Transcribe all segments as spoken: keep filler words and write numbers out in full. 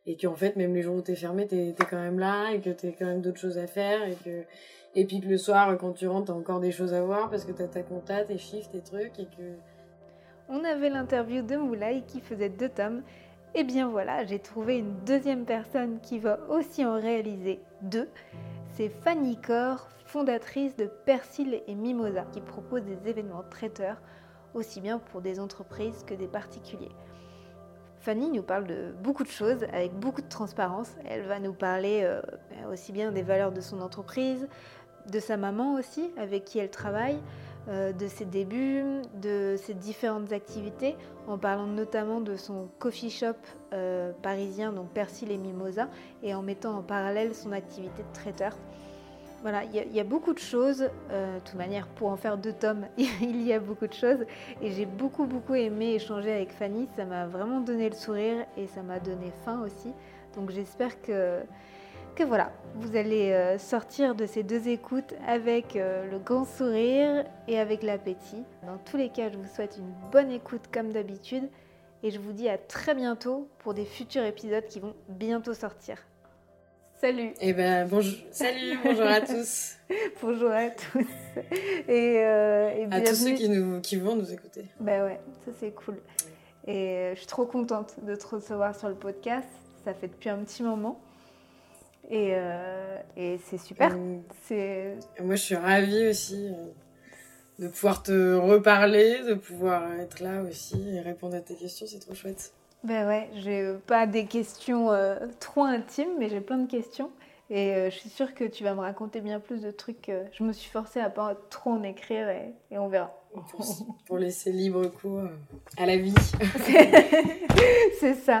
et qu'en fait, même les jours où t'es fermé, t'es, t'es quand même là, et que t'as quand même d'autres choses à faire, et que, et puis que le soir, quand tu rentres, t'as encore des choses à voir, parce que t'as ta compta, tes chiffres, tes trucs, et que... On avait l'interview de Moulay qui faisait deux tomes. Et bien voilà, j'ai trouvé une deuxième personne qui va aussi en réaliser deux. C'est Fanny Corr, fondatrice de Persil et Mimosa, qui propose des événements traiteurs, aussi bien pour des entreprises que des particuliers. Fanny nous parle de beaucoup de choses, avec beaucoup de transparence. Elle va nous parler euh, aussi bien des valeurs de son entreprise, de sa maman aussi, avec qui elle travaille, euh, de ses débuts, de ses différentes activités, en parlant notamment de son coffee shop euh, parisien, donc Persil et Mimosa, et en mettant en parallèle son activité de traiteur. Voilà, il y, y a beaucoup de choses, euh, de toute manière, pour en faire deux tomes, il y a beaucoup de choses, et j'ai beaucoup beaucoup aimé échanger avec Fanny, ça m'a vraiment donné le sourire, et ça m'a donné faim aussi, donc j'espère que, que voilà, vous allez euh, sortir de ces deux écoutes avec euh, le grand sourire et avec l'appétit. Dans tous les cas, je vous souhaite une bonne écoute comme d'habitude, et je vous dis à très bientôt pour des futurs épisodes qui vont bientôt sortir. Salut. Eh ben, bonjour. Salut, bonjour à tous. Bonjour à tous. Et, euh, et à tous ceux qui, nous, qui vont nous écouter. Ben ouais, ça c'est cool. Et je suis trop contente de te recevoir sur le podcast. Ça fait depuis un petit moment. Et, euh, et c'est super. Mmh. C'est... Moi, je suis ravie aussi euh, de pouvoir te reparler, de pouvoir être là aussi et répondre à tes questions. C'est trop chouette. Ben ouais, j'ai pas des questions euh, trop intimes, mais j'ai plein de questions. Et euh, je suis sûre que tu vas me raconter bien plus de trucs. Euh, je me suis forcée à pas trop en écrire et, et on verra. Pour, pour laisser libre cours à la vie. C'est ça.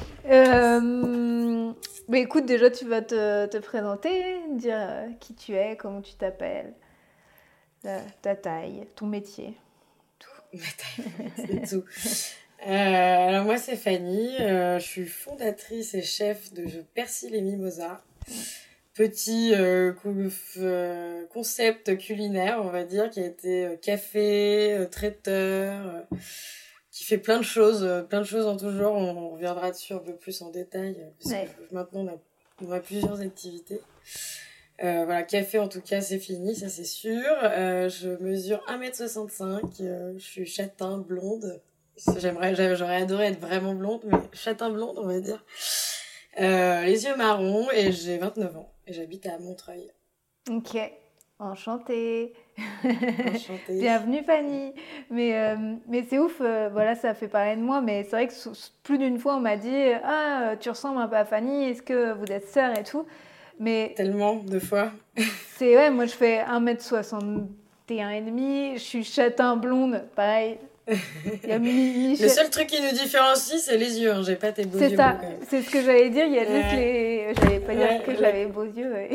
Euh, mais écoute, déjà tu vas te, te présenter, dire euh, qui tu es, comment tu t'appelles, ta, ta taille, ton métier, tout. Ma taille, c'est tout. Euh, alors moi c'est Fanny, euh, je suis fondatrice et chef de Persil et Mimosa. Petit euh, euh, concept culinaire, on va dire, qui a été euh, café, euh, traiteur, euh, qui fait plein de choses, euh, plein de choses en tout genre. On, on reviendra dessus un peu plus en détail, parce Ouais. que maintenant on a, on a plusieurs activités. Euh, voilà, café en tout cas c'est fini, ça c'est sûr. Euh, je mesure un mètre soixante-cinq, euh, je suis châtain, blonde. J'aimerais, j'aurais adoré être vraiment blonde, mais châtain blonde on va dire. Euh, les yeux marrons et j'ai vingt-neuf ans et j'habite à Montreuil. Ok, enchantée. Enchantée. Bienvenue Fanny. Mais, euh, mais c'est ouf, euh, voilà, ça fait parler de moi, mais c'est vrai que sous, plus d'une fois on m'a dit « Ah, tu ressembles un peu à Fanny, est-ce que vous êtes sœurs et tout ?» Mais tellement de fois. C'est ouais, moi je fais un mètre soixante et un et demi, je suis châtain blonde, pareil. Il y a mi- le seul truc qui nous différencie, c'est les yeux. Hein. J'ai pas tes beaux c'est yeux. Ça, c'est ce que j'allais dire. Il y a ouais. juste les. J'allais pas dire ouais, que ouais. j'avais beaux yeux, ouais.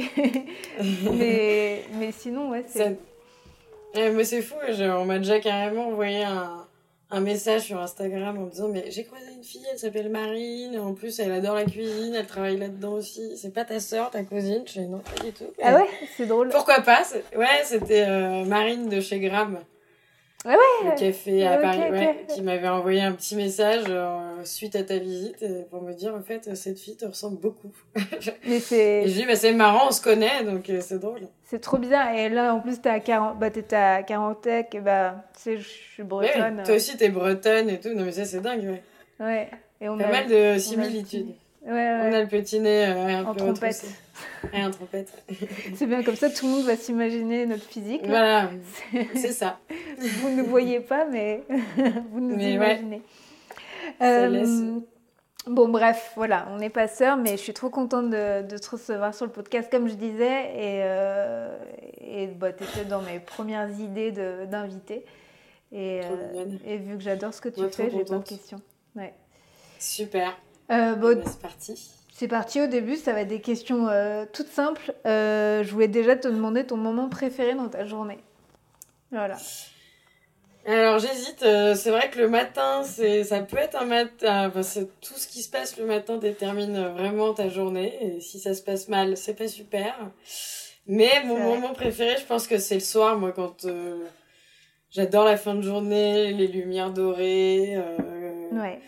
mais mais sinon ouais c'est. Ça... Ouais, mais c'est fou. Je... On m'a déjà carrément envoyé un un message sur Instagram en me disant mais j'ai croisé une fille, elle s'appelle Marine. En plus, elle adore la cuisine, elle travaille là-dedans aussi. C'est pas ta sœur, ta cousine? Je dis non, pas du tout. Mais... Ah ouais, c'est drôle. Pourquoi pas? C'est... Ouais, c'était euh, Marine de chez Gram. Ouais, ouais. Le café à okay, Paris, okay. ouais, qui m'avait envoyé un petit message euh, suite à ta visite euh, pour me dire en fait cette fille te ressemble beaucoup. Mais c'est. Et je dis bah c'est marrant, on se connaît donc euh, c'est drôle. C'est trop bizarre et là en plus t'es à quarante, bah t'étais à quarante et bah tu sais je suis bretonne. Ouais, toi aussi t'es bretonne et tout, non mais ça c'est dingue ouais. Ouais. Et on pas a mal de similitudes. Ouais, ouais. On a le petit nez euh, un en peu trompette. Et un trompette. C'est bien comme ça, tout le monde va s'imaginer notre physique. Voilà, c'est, c'est ça. Vous ne voyez pas, mais vous nous mais imaginez. Ouais. Euh, laisse... Bon, bref, voilà, on n'est pas sœurs, mais je suis trop contente de, de te recevoir sur le podcast, comme je disais, et, euh, et bah, tu étais dans mes premières idées de, d'inviter. Et, euh, et vu que j'adore ce que tu Moi, fais, j'ai plein de questions. Ouais. Super. Euh, bon, bah, c'est parti. C'est parti au début, ça va être des questions euh, toutes simples. Euh, je voulais déjà te demander ton moment préféré dans ta journée. Voilà. Alors j'hésite, euh, c'est vrai que le matin, c'est, ça peut être un matin, enfin, c'est, tout ce qui se passe le matin détermine vraiment ta journée, et si ça se passe mal, c'est pas super. Mais mon moment préféré, je pense que c'est le soir, moi, quand euh, j'adore la fin de journée, les lumières dorées, euh, ouais.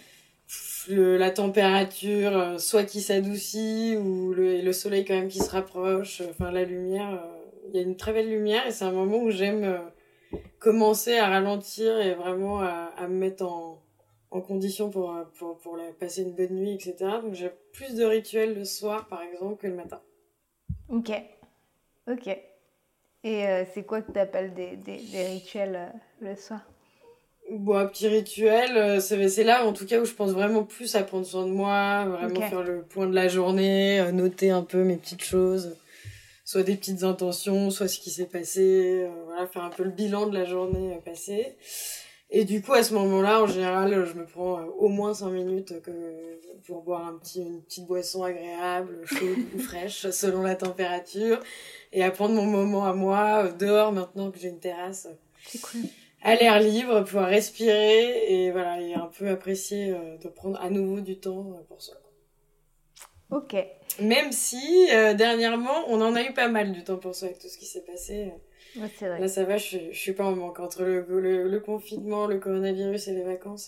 le, la température, euh, soit qui s'adoucit, ou le, le soleil quand même qui se rapproche, enfin la lumière, il euh, y a une très belle lumière, et c'est un moment où j'aime euh, commencer à ralentir et vraiment à, à me mettre en, en condition pour, pour, pour la, passer une bonne nuit, et cetera. Donc j'ai plus de rituels le soir, par exemple, que le matin. Ok, ok. Et euh, c'est quoi que tu appelles des, des, des rituels euh, le soir? Bon, un petit rituel, euh, c'est, c'est là en tout cas où je pense vraiment plus à prendre soin de moi, vraiment Ok. faire le point de la journée, euh, noter un peu mes petites choses, soit des petites intentions, soit ce qui s'est passé, euh, voilà, faire un peu le bilan de la journée euh, passée. Et du coup, à ce moment-là, en général, je me prends euh, au moins cinq minutes que, pour boire un petit, une petite boisson agréable, chaude ou fraîche, selon la température, et à prendre mon moment à moi, euh, dehors, maintenant que j'ai une terrasse. C'est cool. À l'air libre, pouvoir respirer et voilà, et un peu apprécier euh, de prendre à nouveau du temps pour soi. Ok. Même si, euh, dernièrement, on en a eu pas mal du temps pour soi avec tout ce qui s'est passé. Ouais, c'est vrai. Là, ça va, je suis, je suis pas en manque. Entre le, le, le confinement, le coronavirus et les vacances,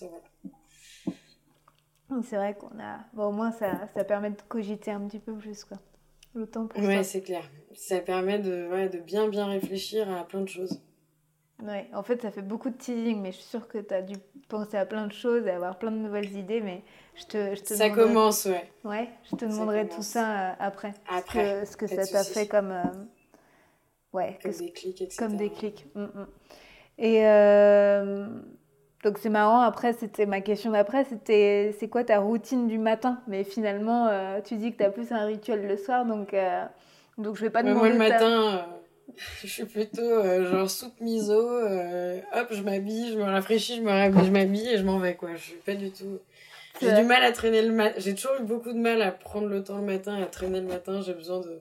voilà. C'est vrai qu'on a... Bon, au moins, ça, ça permet de cogiter un petit peu plus, quoi. Le temps pour Ouais, ça. c'est clair. Ça permet de, ouais, de bien, bien réfléchir à plein de choses. Ouais, en fait, ça fait beaucoup de teasing, mais je suis sûre que tu as dû penser à plein de choses et avoir plein de nouvelles idées, mais je te, je te Ça demanderai... commence, ouais. Ouais, je te Ça demanderai commence. tout ça euh, après. Après, Ce que, ce que pas de ça t'a soucis. fait comme... euh, Ouais, Comme que- des clics, et cetera. comme des clics. Mm, mm. Et euh, donc c'est marrant, après, c'était ma question d'après, c'était c'est quoi ta routine du matin? Mais finalement, euh, tu dis que tu as plus un rituel le soir, donc, euh, donc je vais pas Ouais, moi, le demander ta... matin, euh, je suis plutôt euh, genre soupe miso, euh, hop, je m'habille, je me rafraîchis, je me rhabille, je m'habille et je m'en vais, quoi. Je suis pas du tout... J'ai du mal à traîner le matin. J'ai toujours eu beaucoup de mal à prendre le temps le matin et à traîner le matin. J'ai besoin de...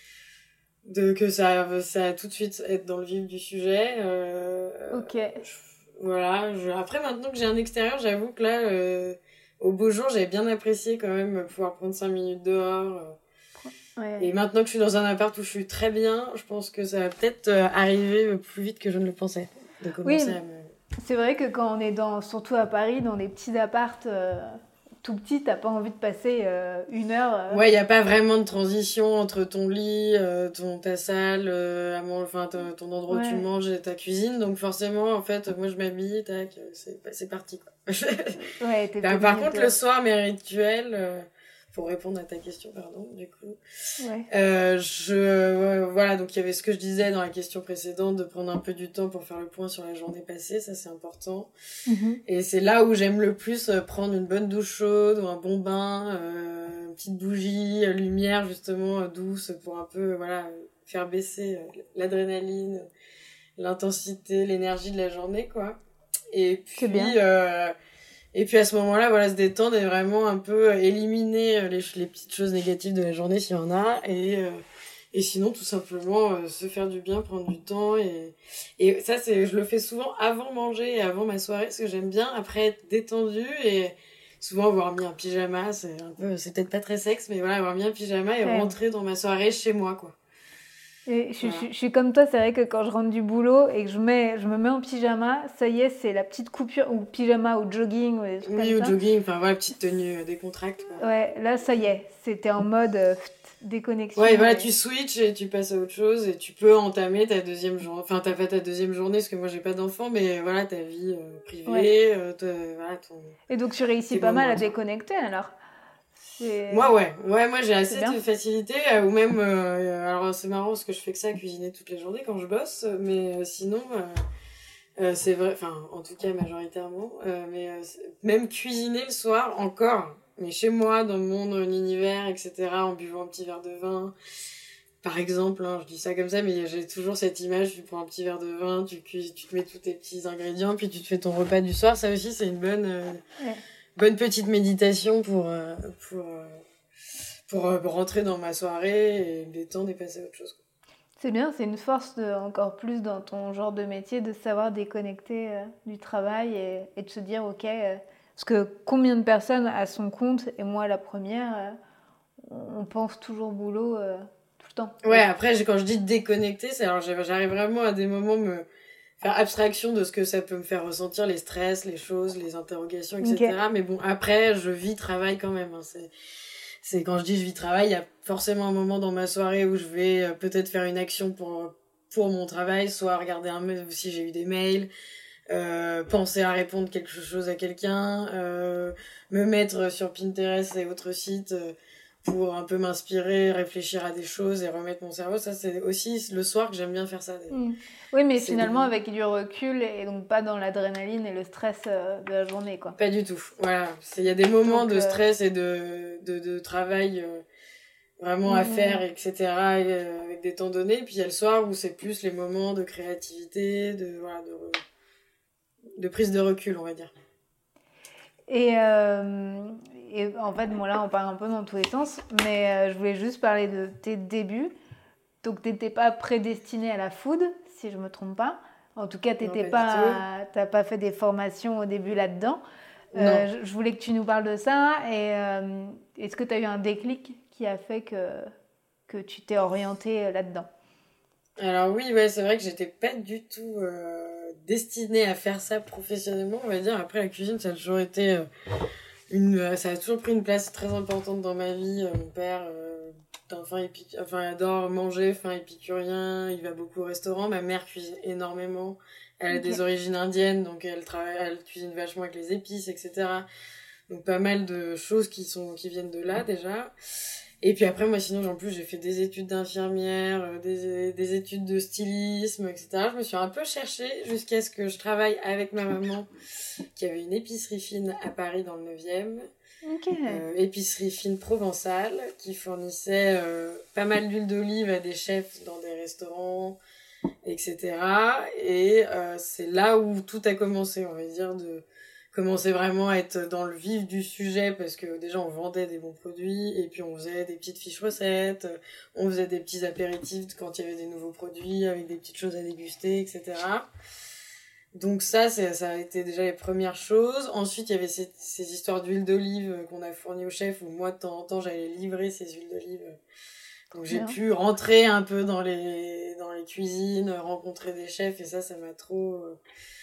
de que ça, ça tout de suite être dans le vif du sujet. Euh, Ok. je- voilà. Je... Après, maintenant que j'ai un extérieur, j'avoue que là, euh, au beau jour, j'avais bien apprécié quand même pouvoir prendre cinq minutes dehors. euh, Ouais. Et maintenant que je suis dans un appart où je suis très bien, je pense que ça va peut-être euh, arriver plus vite que je ne le pensais. De commencer Oui, à me... c'est vrai que quand on est dans, surtout à Paris, dans des petits apparts euh, tout petits, t'as pas envie de passer euh, une heure. euh, Ouais, il n'y a pas vraiment de transition entre ton lit, euh, ton, ta salle, euh, à man- enfin, ton, ton endroit où tu Ouais. manges et ta cuisine. Donc forcément, en fait, moi je m'habille, tac, c'est, c'est parti, quoi. Ouais, t'es Bah, pas par obligée contre, de... le soir, mes rituels, euh, pour répondre à ta question, pardon, du coup, Ouais. euh, je, euh, voilà, donc il y avait ce que je disais dans la question précédente, de prendre un peu du temps pour faire le point sur la journée passée, ça c'est important. Mhm. Et c'est là où j'aime le plus euh, prendre une bonne douche chaude ou un bon bain, euh, une petite bougie, euh, lumière justement euh, douce pour un peu, voilà, faire baisser euh, l'adrénaline, l'intensité, l'énergie de la journée, quoi. Et C'est bien. puis, euh, et puis à ce moment-là, voilà, se détendre et vraiment un peu éliminer euh, les, les petites choses négatives de la journée s'il y en a. Et, euh, et sinon, tout simplement, euh, se faire du bien, prendre du temps. Et, et ça, c'est, je le fais souvent avant manger et avant ma soirée, parce que j'aime bien après être détendue et souvent avoir mis un pyjama. C'est un peu, c'est peut-être pas très sexe, mais voilà, avoir mis un pyjama et Quand même. rentrer dans ma soirée chez moi, quoi. Et je, Voilà. je- je suis comme toi, c'est vrai que quand je rentre du boulot et que je, mets, je me mets en pyjama, ça y est, c'est la petite coupure, ou pyjama ou jogging, ou des trucs Oui, comme au ça. jogging, enfin voilà, petite tenue euh, décontracte, quoi. Ouais, là, ça y est, c'était en mode euh, pft, déconnexion. Ouais, voilà, et- tu switches et tu passes à autre chose et tu peux entamer ta deuxième journée. Enfin, t'as pas ta deuxième journée parce que moi j'ai pas d'enfant, mais voilà, ta vie euh, privée, Ouais. euh, ta- voilà, ton, Et donc, tu réussis tes pas mal moments à à toi. déconnecter alors. C'est Moi, ouais, ouais, moi j'ai c'est assez bien. de facilité, euh, ou même, euh, alors c'est marrant parce que je fais que ça, cuisiner toutes les journées quand je bosse, mais euh, sinon, euh, euh, c'est vrai, enfin, en tout cas majoritairement, euh, mais euh, c'est- même cuisiner le soir encore, mais chez moi, dans mon univers, et cetera, en buvant un petit verre de vin. Par exemple, hein, je dis ça comme ça, mais j'ai toujours cette image, tu prends un petit verre de vin, tu cuis, tu te mets tous tes petits ingrédients, puis tu te fais ton repas du soir. Ça aussi, c'est une bonne, euh, Ouais. bonne petite méditation pour, euh, pour, euh, pour euh, rentrer dans ma soirée et me détendre et passer à autre chose. C'est bien, c'est une force de, encore plus dans ton genre de métier de savoir déconnecter euh, du travail et, et de se dire, ok, euh, parce que combien de personnes à son compte, et moi la première, euh, on pense toujours boulot euh, tout le temps. Ouais, après, j'ai- quand je dis déconnecter, c'est alors j'arrive vraiment à des moments me faire abstraction de ce que ça peut me faire ressentir, les stress, les choses, les interrogations, et cetera. Okay. Mais bon, après, je vis, travaille quand même. Hein. C'est, c'est quand je dis je vis, travaille, il y a forcément un moment dans ma soirée où je vais euh, peut-être faire une action pour, pour mon travail, soit regarder un mail, si j'ai eu des mails, euh, penser à répondre quelque chose à quelqu'un, euh, me mettre sur Pinterest et autres sites euh, pour un peu m'inspirer, réfléchir à des choses et remettre mon cerveau. Ça, c'est aussi le soir que j'aime bien faire ça. Mmh. Oui, mais c'est finalement des... avec du recul et donc pas dans l'adrénaline et le stress euh, de la journée, quoi. Pas du tout. Voilà. Il y a des moments donc, de stress euh... et de, de, de travail euh, vraiment mmh. à faire, et cetera, et, euh, avec des temps donnés. Puis il y a le soir où c'est plus les moments de créativité, de, voilà, de, de prise de recul, on va dire. Et, euh, et en fait, bon, là, on part un peu dans tous les sens, mais euh, je voulais juste parler de tes débuts. Donc, tu n'étais pas prédestinée à la food, si je ne me trompe pas. En tout cas, tu n'as pas, pas, pas fait des formations au début là-dedans. Euh, je, je voulais que tu nous parles de ça. Et euh, est-ce que tu as eu un déclic qui a fait que, que tu t'es orientée là-dedans? Alors oui, ouais, c'est vrai que j'étais pas du tout euh, destinée à faire ça professionnellement, on va dire. Après, la cuisine, ça a toujours été euh, une, ça a toujours pris une place très importante dans ma vie. Euh, mon père, euh, enfin, épic... enfin, il adore manger, fin épicurien, il va beaucoup au restaurant. Ma mère cuisine énormément. Elle a okay. des origines indiennes, donc elle travaille, elle cuisine vachement avec les épices, et cetera. Donc pas mal de choses qui sont, qui viennent de là déjà. Et puis après, moi, sinon, en plus, j'ai fait des études d'infirmière, des, des études de stylisme, et cetera. Je me suis un peu cherchée jusqu'à ce que je travaille avec ma maman, qui avait une épicerie fine à Paris dans le neuvième. Okay. Euh, épicerie fine provençale, qui fournissait euh, pas mal d'huile d'olive à des chefs dans des restaurants, et cetera. Et euh, c'est là où tout a commencé, on va dire, de... commencer vraiment à être dans le vif du sujet parce que déjà on vendait des bons produits et puis on faisait des petites fiches recettes, on faisait des petits apéritifs quand il y avait des nouveaux produits avec des petites choses à déguster, et cetera. Donc ça, c'est, ça a été déjà les premières choses. Ensuite, il y avait ces, ces histoires d'huile d'olive qu'on a fournies au chef où moi, de temps en temps, j'allais livrer ces huiles d'olive. Donc j'ai ouais. pu rentrer un peu dans les, dans les cuisines, rencontrer des chefs et ça, ça m'a trop... Euh,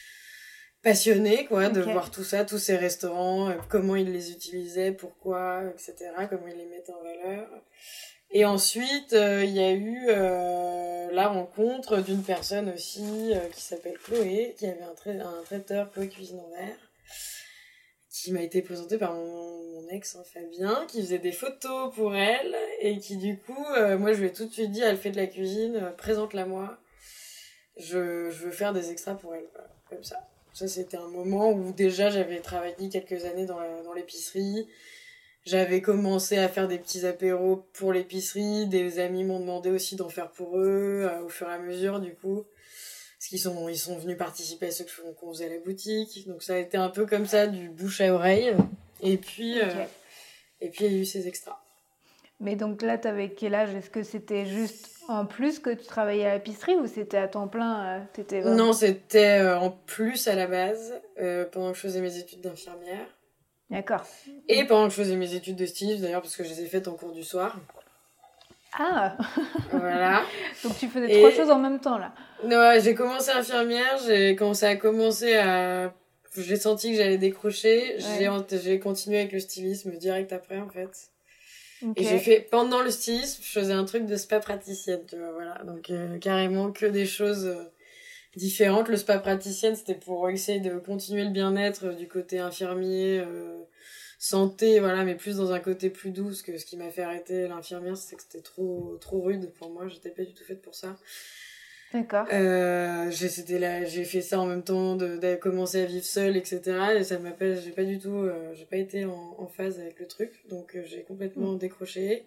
passionnée quoi okay. de voir tout ça, tous ces restaurants, euh, comment ils les utilisaient, pourquoi, et cetera, comment ils les mettaient en valeur. Et ensuite, il euh, y a eu euh, la rencontre d'une personne aussi euh, qui s'appelle Chloé, qui avait un, trai- un traiteur, Chloé Cuisine en Verre, qui m'a été présenté par mon, mon ex, hein, Fabien, qui faisait des photos pour elle, et qui du coup, euh, moi je lui ai tout de suite dit, elle fait de la cuisine, euh, présente-la moi, je, je veux faire des extras pour elle, voilà, comme ça. Ça, c'était un moment où déjà j'avais travaillé quelques années dans, la, dans l'épicerie. J'avais commencé à faire des petits apéros pour l'épicerie. Des amis m'ont demandé aussi d'en faire pour eux, euh, au fur et à mesure, du coup. Parce qu'ils sont, ils sont venus participer à ce qu'on faisait à la boutique. Donc ça a été un peu comme ça, du bouche à oreille. Et puis, okay. euh, et puis il y a eu ces extras. Mais donc là, t'avais quel âge? Est-ce que c'était juste en plus que tu travaillais à l'épicerie ou c'était à temps plein euh, t'étais vraiment... Non, c'était euh, en plus à la base, euh, pendant que je faisais mes études d'infirmière. D'accord. Et pendant que je faisais mes études de stylisme, d'ailleurs, parce que je les ai faites en cours du soir. Ah. Voilà. Donc tu faisais et... trois choses en même temps, là. Non, j'ai commencé infirmière, j'ai commencé à commencer à... J'ai senti que j'allais décrocher, ouais. j'ai, j'ai continué avec le stylisme direct après, en fait. Okay. Et j'ai fait, pendant le stylisme, je faisais un truc de spa praticienne, tu vois, voilà. Donc, euh, carrément que des choses euh, différentes. Le spa praticienne, c'était pour essayer de continuer le bien-être euh, du côté infirmier, euh, santé, voilà, mais plus dans un côté plus doux, parce que ce qui m'a fait arrêter l'infirmière, c'est que c'était trop, trop rude pour moi, j'étais pas du tout faite pour ça. D'accord. Euh, j'ai, c'était là, j'ai fait ça en même temps de, de commencer à vivre seule, et cetera. Et ça m'a pas, j'ai pas du tout, euh, j'ai pas été en, en phase avec le truc. Donc, euh, j'ai complètement mmh. décroché.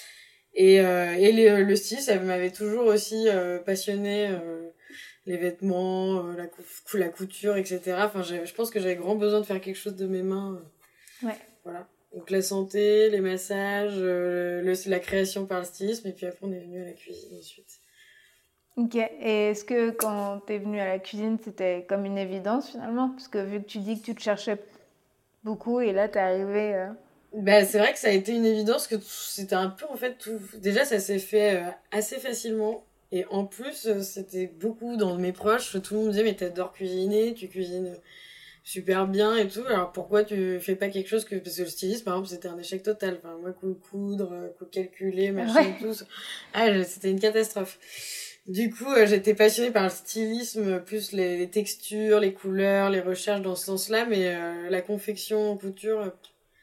Et, euh, et les, le style, ça m'avait toujours aussi euh, passionné, euh, les vêtements, euh, la, cou- la couture, et cetera. Enfin, je pense que j'avais grand besoin de faire quelque chose de mes mains. Euh, ouais. Voilà. Donc, la santé, les massages, euh, le, la création par le stylisme. Et puis après, on est venu à la cuisine ensuite. Ok, et est-ce que quand t'es venue à la cuisine, c'était comme une évidence finalement? Parce que vu que tu dis que tu te cherchais beaucoup et là t'es arrivée... Euh... Ben, c'est vrai que ça a été une évidence, que c'était un peu en fait tout... Déjà ça s'est fait euh, assez facilement. Et en plus, euh, c'était beaucoup dans mes proches. Tout le monde me disait, mais t'adores cuisiner, tu cuisines super bien et tout. Alors pourquoi tu fais pas quelque chose que... Parce que le stylisme, par exemple, c'était un échec total. Enfin, moi, coup coudre, euh, coup calculer, machin Ouais. et tout. Ah, je- c'était une catastrophe. Du coup, euh, j'étais passionnée par le stylisme, plus les, les textures, les couleurs, les recherches dans ce sens-là, mais euh, la confection, couture, euh,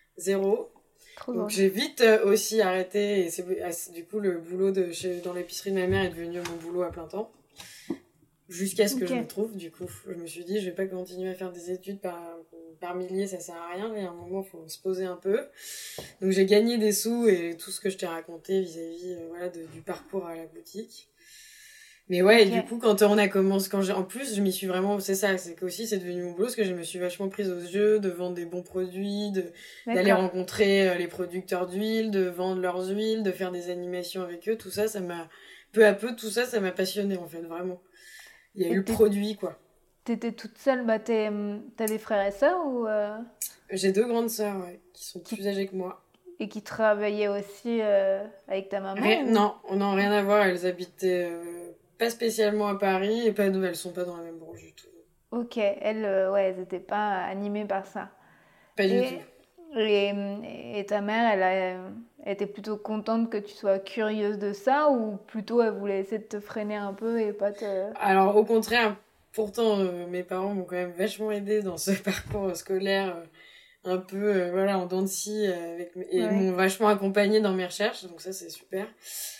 zéro. Trop Donc drôle. j'ai vite euh, aussi arrêté et c'est ah, c'est- du coup le boulot de chez, dans l'épicerie de ma mère est devenu mon boulot à plein temps jusqu'à ce que Ok. je me trouve. Du coup, je me suis dit je vais pas continuer à faire des études par par milliers, ça sert à rien. Et à un moment, faut se poser un peu. Donc j'ai gagné des sous et tout ce que je t'ai raconté vis-à-vis euh, voilà de, du parcours à la boutique. Mais ouais, Ok. et du coup, quand on a commencé, quand j'ai, en plus, je m'y suis vraiment, c'est ça, c'est qu'aussi, c'est devenu mon boulot, parce que je me suis vachement prise aux yeux de vendre des bons produits, de, d'aller D'accord. rencontrer euh, les producteurs d'huile, de vendre leurs huiles, de faire des animations avec eux, tout ça, ça m'a, peu à peu, tout ça, ça m'a passionnée, en fait, vraiment. Il y a eu Et le t'es- produit, quoi. t'étais toute seule, bah t'es, hum, t'as des frères et sœurs ou euh, J'ai deux grandes sœurs, ouais, qui sont qui, plus âgées que moi. et qui travaillaient aussi euh, avec ta Rien, maman ou... non, on n'a rien à voir, elles habitaient euh, pas spécialement à Paris, et pas nous, elles sont pas dans la même branche du tout. Ok, elles, euh, ouais, elles n'étaient pas animées par ça. Pas du tout. Et, et, et ta mère, elle, a, elle était plutôt contente que tu sois curieuse de ça ou plutôt elle voulait essayer de te freiner un peu et pas te... Alors, au contraire, pourtant, euh, mes parents m'ont quand même vachement aidé dans ce parcours scolaire euh, un peu, euh, voilà, en dents de scie, euh, avec, et ils Ouais, m'ont vachement accompagné dans mes recherches, donc ça, c'est super.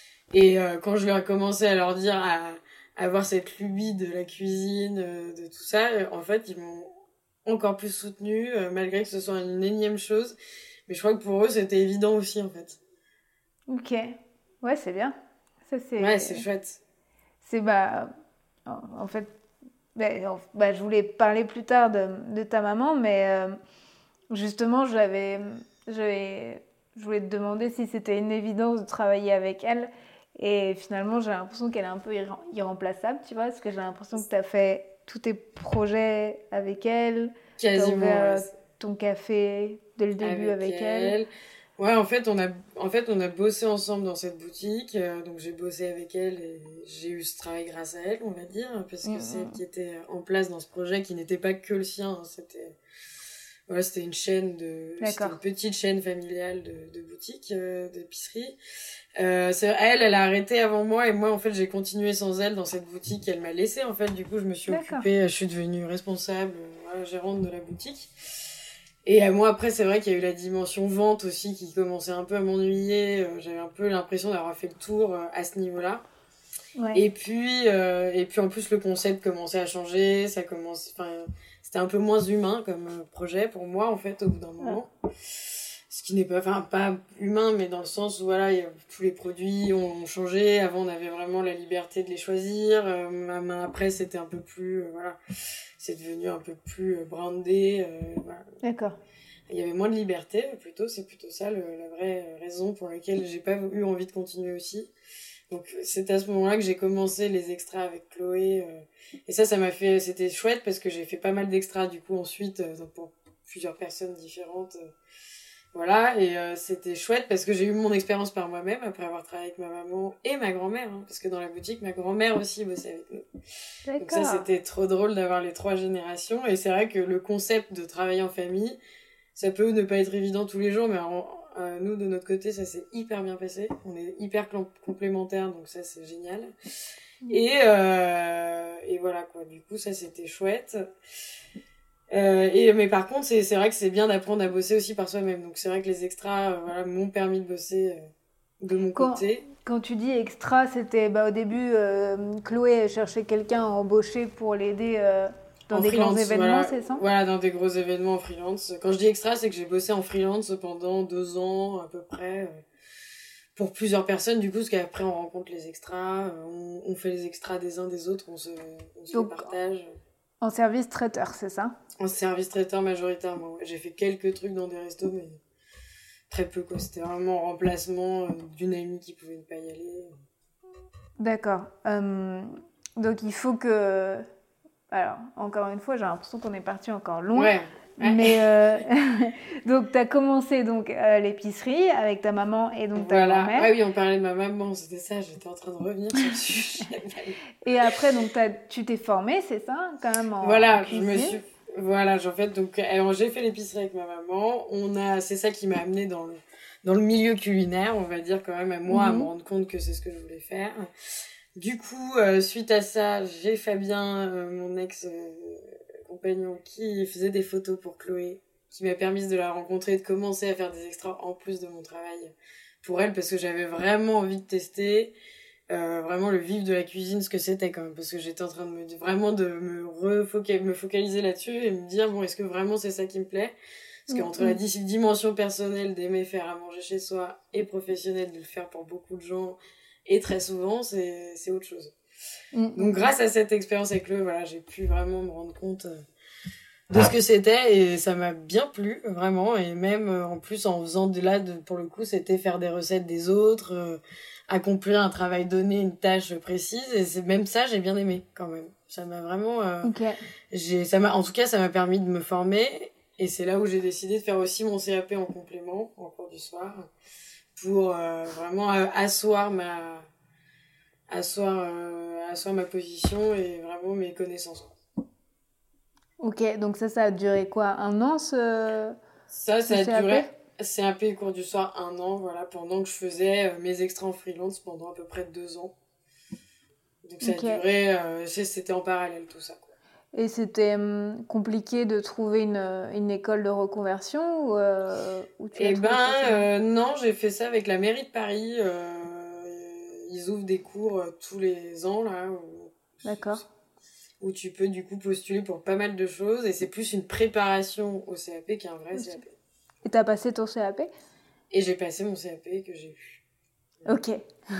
Et euh, quand je leur ai commencé à leur dire, à, à avoir cette lubie de la cuisine, euh, de tout ça, euh, en fait, ils m'ont encore plus soutenue, euh, malgré que ce soit une énième chose. Mais je crois que pour eux, c'était évident aussi, en fait. ok. Ouais, c'est bien. Ça, Ouais, c'est c'est... chouette. C'est bah... En en fait, bah, en- bah, je voulais parler plus tard de, de ta maman, mais euh, justement, j'avais, j'avais, je voulais te demander si c'était une évidence de travailler avec elle. Et finalement, j'ai l'impression qu'elle est un peu irrem- irremplaçable, tu vois, parce que j'ai l'impression que tu as fait tous tes projets avec elle, tu as Quasiment, ouais. ouvert ton café dès le début Avec avec elle. elle. Ouais, en fait, on a, en fait, on a bossé ensemble dans cette boutique. euh, donc, j'ai bossé avec elle et j'ai eu ce travail grâce à elle, on va dire, parce Mm, que c'est elle qui mm. était en place dans ce projet qui n'était pas que le sien. hein, C'était, voilà, c'était une chaîne de, c'était une D'accord. petite chaîne familiale de, de boutiques, euh, d'épicerie. Euh, c'est, elle, elle a arrêté avant moi et moi, en fait, j'ai continué sans elle dans cette boutique. Elle m'a laissé, en fait. Du coup, je me suis D'accord. occupée, je suis devenue responsable, euh, voilà, gérante de la boutique. Et euh, moi, après, c'est vrai qu'il y a eu la dimension vente aussi qui commençait un peu à m'ennuyer. Euh, j'avais un peu l'impression d'avoir fait le tour euh, à ce niveau-là. Ouais. Et puis, euh, et puis en plus, le concept commençait à changer. Ça commence, enfin, c'était un peu moins humain comme euh, projet pour moi, en fait, au bout d'un Ah, moment. Ce qui n'est pas, enfin, pas humain, mais dans le sens où, voilà, il y a- tous les produits ont, ont changé. Avant, on avait vraiment la liberté de les choisir. Euh, même après, c'était un peu plus, euh, voilà, c'est devenu un peu plus euh, brandé. Euh, voilà. d'accord. Il y avait moins de liberté, plutôt, c'est plutôt ça le, la vraie raison pour laquelle j'ai pas eu envie de continuer aussi. Donc c'est à ce moment-là que j'ai commencé les extras avec Chloé. Euh, et ça, ça m'a fait, c'était chouette parce que j'ai fait pas mal d'extras du coup ensuite euh, pour plusieurs personnes différentes. Euh, voilà, et euh, c'était chouette parce que j'ai eu mon expérience par moi-même après avoir travaillé avec ma maman et ma grand-mère, hein, parce que dans la boutique, ma grand-mère aussi bossait avec nous. Donc ça, D'accord. c'était trop drôle d'avoir les trois générations. Et c'est vrai que le concept de travailler en famille, ça peut ne pas être évident tous les jours, mais en- euh, nous, de notre côté, ça s'est hyper bien passé. On est hyper cl- complémentaires, donc ça, c'est génial. Et, euh, et voilà, quoi. Du coup, ça, c'était chouette. Euh, et, mais par contre, c'est, c'est vrai que c'est bien d'apprendre à bosser aussi par soi-même. Donc c'est vrai que les extras, euh, voilà, m'ont permis de bosser euh, de mon Quand, côté. quand tu dis extra, c'était bah, au début, euh, Chloé cherchait quelqu'un à embaucher pour l'aider euh, dans En des grands freelance, événements, voilà. c'est ça? Voilà, dans des gros événements en freelance. Quand je dis extra, c'est que j'ai bossé en freelance pendant deux ans, à peu près. euh, pour plusieurs personnes du coup parce qu'après on rencontre les extras euh, on, on fait les extras des uns des autres on se, on se les Donc partage en service traiteur, c'est ça? en service traiteur majoritairement ouais. J'ai fait quelques trucs dans des restos mais très peu quoi c'était vraiment en remplacement euh, d'une amie qui pouvait ne pas y aller D'accord. Euh, donc il faut que... Alors, encore une fois, j'ai l'impression qu'on est parti encore loin. ouais Ouais. Mais euh, donc, tu as commencé donc, euh, l'épicerie avec ta maman et donc ta Voilà. grand-mère. Ah oui, on parlait de ma maman, c'était ça, j'étais en train de revenir sur le sujet. Et après, donc, t'as- tu t'es formée, c'est ça, quand même, en, en Voilà, je cuisine. me suis. Voilà, en fait, donc, alors, j'ai fait l'épicerie avec ma maman. On a, c'est ça qui m'a amenée dans le, dans le milieu culinaire, on va dire quand même, à moi, à me Mhm. rendre compte que c'est ce que je voulais faire. Du coup, euh, suite à ça, j'ai Fabien, euh, mon ex-compagnon, qui faisait des photos pour Chloé, qui m'a permis de la rencontrer et de commencer à faire des extras en plus de mon travail pour elle, parce que j'avais vraiment envie de tester euh, vraiment le vif de la cuisine, ce que c'était quand même, parce que j'étais en train de me vraiment de me refoca- me focaliser là-dessus et me dire bon, est-ce que vraiment c'est ça qui me plaît? Parce qu'entre la di- dimension personnelle d'aimer faire à manger chez soi et professionnelle de le faire pour beaucoup de gens et très souvent, c'est c'est autre chose. Mhm. Donc grâce à cette expérience avec le, voilà, j'ai pu vraiment me rendre compte euh, de ce que c'était et ça m'a bien plu vraiment, et même euh, en plus en faisant de là de, pour le coup c'était faire des recettes des autres, euh, accomplir un travail donné, une tâche précise, et c'est même ça j'ai bien aimé quand même. Ça m'a vraiment euh, Ok. j'ai ça m'a en tout cas ça m'a permis de me former, et c'est là où j'ai décidé de faire aussi mon C A P en complément en cours du soir pour euh, vraiment euh, asseoir ma asseoir euh, asseoir ma position et vraiment mes connaissances. Ok, donc ça, ça a duré quoi? Un an, ce, Ça, ce ça a C A P? duré C A P cours du soir un an, voilà, pendant que je faisais euh, mes extras en freelance pendant à peu près deux ans. Donc ça a Ok. duré, euh, c'est- c'était en parallèle tout ça, quoi. Et c'était hum, compliqué de trouver une, une école de reconversion ou, euh, ou tu l'as Eh trouvé ben facilement? euh, non, j'ai fait ça avec la mairie de Paris. euh, ils ouvrent des cours euh, tous les ans là, où, D'accord. où tu peux du coup postuler pour pas mal de choses, et c'est plus une préparation au C A P qu'un vrai C A P. Et t'as passé ton C A P? Et j'ai passé mon C A P que j'ai eu. Ok.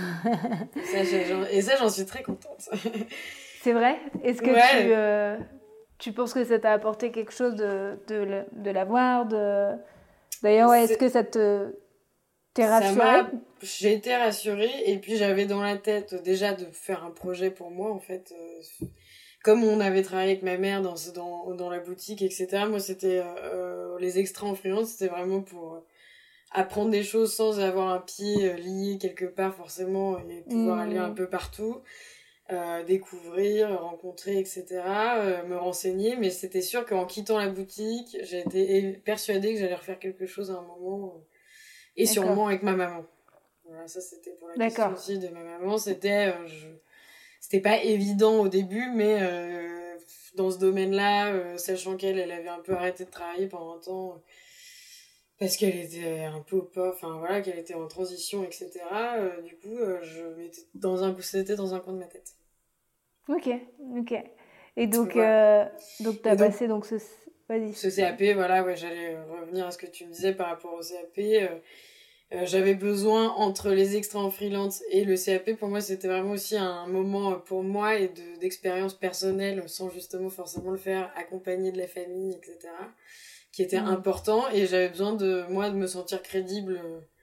Et ça, j'ai- j'en- et ça, j'en suis très contente. C'est vrai? Est-ce que Ouais. tu, euh, tu penses que ça t'a apporté quelque chose de, de, le- de l'avoir de... D'ailleurs, ouais, est-ce C'est- que ça te t'es Ça rassurée? m'a, j'ai été rassurée, et puis j'avais dans la tête déjà de faire un projet pour moi en fait. euh, Comme on avait travaillé avec ma mère dans dans dans la boutique, et cetera. Moi c'était euh, les extras en freelance, c'était vraiment pour euh, apprendre des choses sans avoir un pied euh, lié quelque part forcément, et pouvoir aller un Hmm. peu partout, euh, découvrir, rencontrer, et cetera. euh, me renseigner, mais c'était sûr qu'en quittant la boutique, j'étais persuadée que j'allais refaire quelque chose à un moment. euh, Et D'accord. sûrement avec ma maman. Voilà, ça c'était pour la question D'accord. aussi de ma maman. C'était, euh, je... c'était pas évident au début, mais euh, dans ce domaine-là, euh, sachant qu'elle, elle avait un peu arrêté de travailler pendant un temps euh, parce qu'elle était un peu au pas, enfin voilà, qu'elle était en transition, et cetera. Euh, du coup, euh, je m'étais dans un, c'était dans un coin de ma tête. Ok, ok. Et donc, Voilà. euh, donc t'as Et donc, passé donc ce... Vas-y. ce C A P, voilà, ouais, j'allais revenir à ce que tu me disais par rapport au C A P. Euh, Euh, j'avais besoin, entre les extras en freelance et le C A P, pour moi c'était vraiment aussi un moment euh, pour moi et de, d'expérience personnelle, sans justement forcément le faire accompagné de la famille, et cetera, qui était Hmm. important, et j'avais besoin de moi de me sentir crédible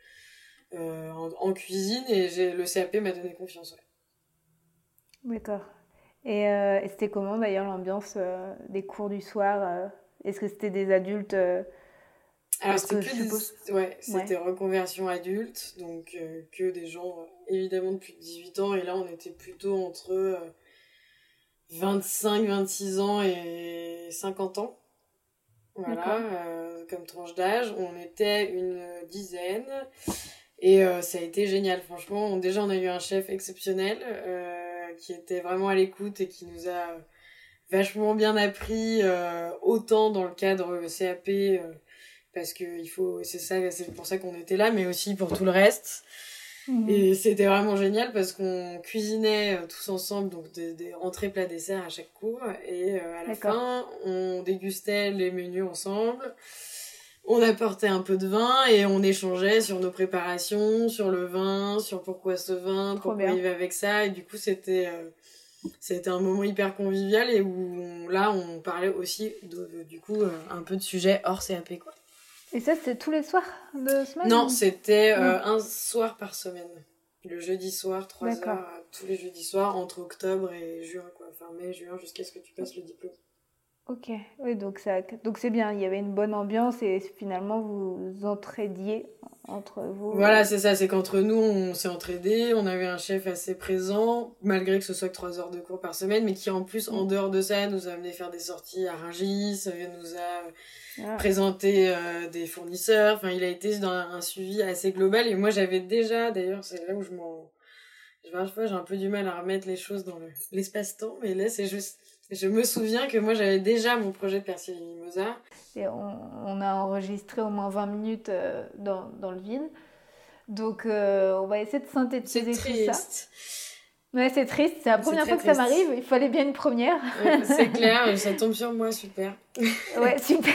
euh, en, en cuisine, et j'ai, le C A P m'a donné confiance. Ouais. D'accord. Et, euh, et c'était comment d'ailleurs l'ambiance euh, des cours du soir euh, Est-ce que c'était des adultes euh, Alors Parce c'était que je que suppose. des, ouais, Ouais. c'était reconversion adulte, donc euh, que des gens euh, évidemment de plus de dix-huit ans, et là on était plutôt entre euh, vingt-cinq vingt-six ans et cinquante ans. Voilà, D'accord. euh, comme tranche d'âge, on était une dizaine, et euh, ça a été génial, franchement. On, déjà, on a eu un chef exceptionnel euh, qui était vraiment à l'écoute et qui nous a vachement bien appris, euh, autant dans le cadre C A P, euh, parce que il faut, c'est ça, c'est pour ça qu'on était là, mais aussi pour tout le reste. Mhm. Et c'était vraiment génial parce qu'on cuisinait euh, tous ensemble, donc des, des entrées, plats, desserts à chaque cours. Et euh, à la D'accord. fin, on dégustait les menus ensemble. On apportait un peu de vin et on échangeait sur nos préparations, sur le vin, sur pourquoi ce vin, Trop pourquoi bien. il va avec ça. Et du coup, c'était euh, c'était un moment hyper convivial, et où on, là, on parlait aussi de, de- du coup euh, un peu de sujets hors C A P, quoi. Et ça, c'était tous les soirs de semaine Non, ou... c'était euh, Non. un soir par semaine. Le jeudi soir, trois D'accord. heures, euh, tous les jeudis soirs, entre octobre et juin, quoi. Enfin, mai, juin, jusqu'à ce que tu passes le diplôme. Ok, oui, donc ça, donc c'est bien, il y avait une bonne ambiance et finalement vous vous entraidiez entre vous. Voilà, c'est ça, c'est qu'entre nous, on s'est entraidés, on avait un chef assez présent, malgré que ce soit que trois heures de cours par semaine, mais qui en plus, en dehors de ça, nous a amené faire des sorties à Rungis, nous a ah. présenté euh, des fournisseurs, enfin, il a été dans un suivi assez global, et moi j'avais déjà, d'ailleurs, c'est là où je m'en... Je sais pas, j'ai un peu du mal à remettre les choses dans le... l'espace-temps, mais là, c'est juste... Je me souviens que moi, j'avais déjà mon projet de Persil et Mimosa. Et on, on a enregistré au moins vingt minutes euh, dans, dans le vide. Donc, euh, on va essayer de synthétiser tout ça. Ouais, c'est triste. C'est la première fois que triste. Ça m'arrive. Il fallait bien une première. Ouais, c'est clair. Ça tombe sur moi. Super. Ouais, super.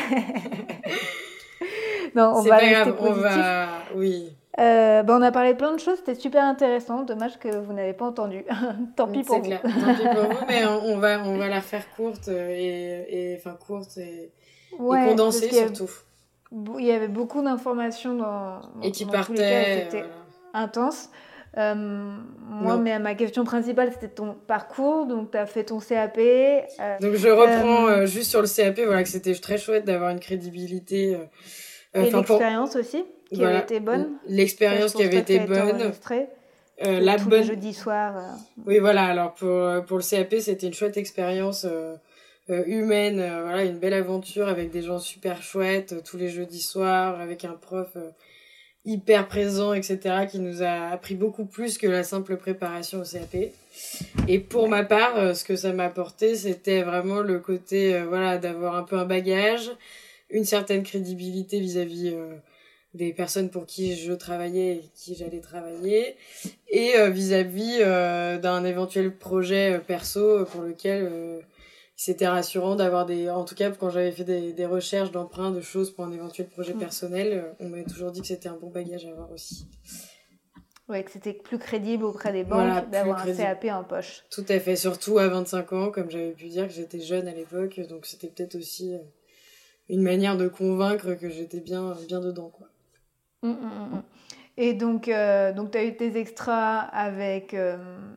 Non, on c'est va pas rester grave. positif. On va... Oui. Euh, bah on a parlé de plein de choses, c'était super intéressant. Dommage que vous n'avez pas entendu. Tant pis pour c'est vous. Clair. Tant pis pour vous, mais on, on va on va la faire courte et, et enfin courte et, ouais, et condensée il y a, surtout. Il y avait beaucoup d'informations dans et qui dans partaient. Tous les cas, c'était voilà. intense. Euh, moi, mais ma question principale, c'était ton parcours. Donc, tu as fait ton C A P. Euh, donc, je reprends euh, euh, juste sur le C A P, voilà, que c'était très chouette d'avoir une crédibilité. Euh, et l'expérience pour... aussi. Qui voilà, avait été bonne. L'expérience qui avait été bonne. Euh, la tous bonne... les jeudis soirs. Euh... Oui, voilà. Alors, pour, pour le C A P, c'était une chouette expérience euh, euh, humaine. Euh, voilà, une belle aventure avec des gens super chouettes euh, tous les jeudis soirs, avec un prof euh, hyper présent, et cetera, qui nous a appris beaucoup plus que la simple préparation au C A P. Et pour ma part, euh, ce que ça m'a apporté, c'était vraiment le côté, euh, voilà, d'avoir un peu un bagage, une certaine crédibilité vis-à-vis euh, des personnes pour qui je travaillais et qui j'allais travailler, et euh, vis-à-vis euh, d'un éventuel projet euh, perso pour lequel euh, c'était rassurant d'avoir des... En tout cas, quand j'avais fait des, des recherches d'emprunts, de choses pour un éventuel projet personnel, euh, on m'avait toujours dit que c'était un bon bagage à avoir aussi. Ouais, que c'était plus crédible auprès des banques voilà, d'avoir un crédible. C A P en poche. Tout à fait, surtout à vingt-cinq ans, comme j'avais pu dire que j'étais jeune à l'époque, donc c'était peut-être aussi une manière de convaincre que j'étais bien, bien dedans, quoi. Mmh, mmh. Et donc, euh, donc tu as eu tes extras avec... Euh...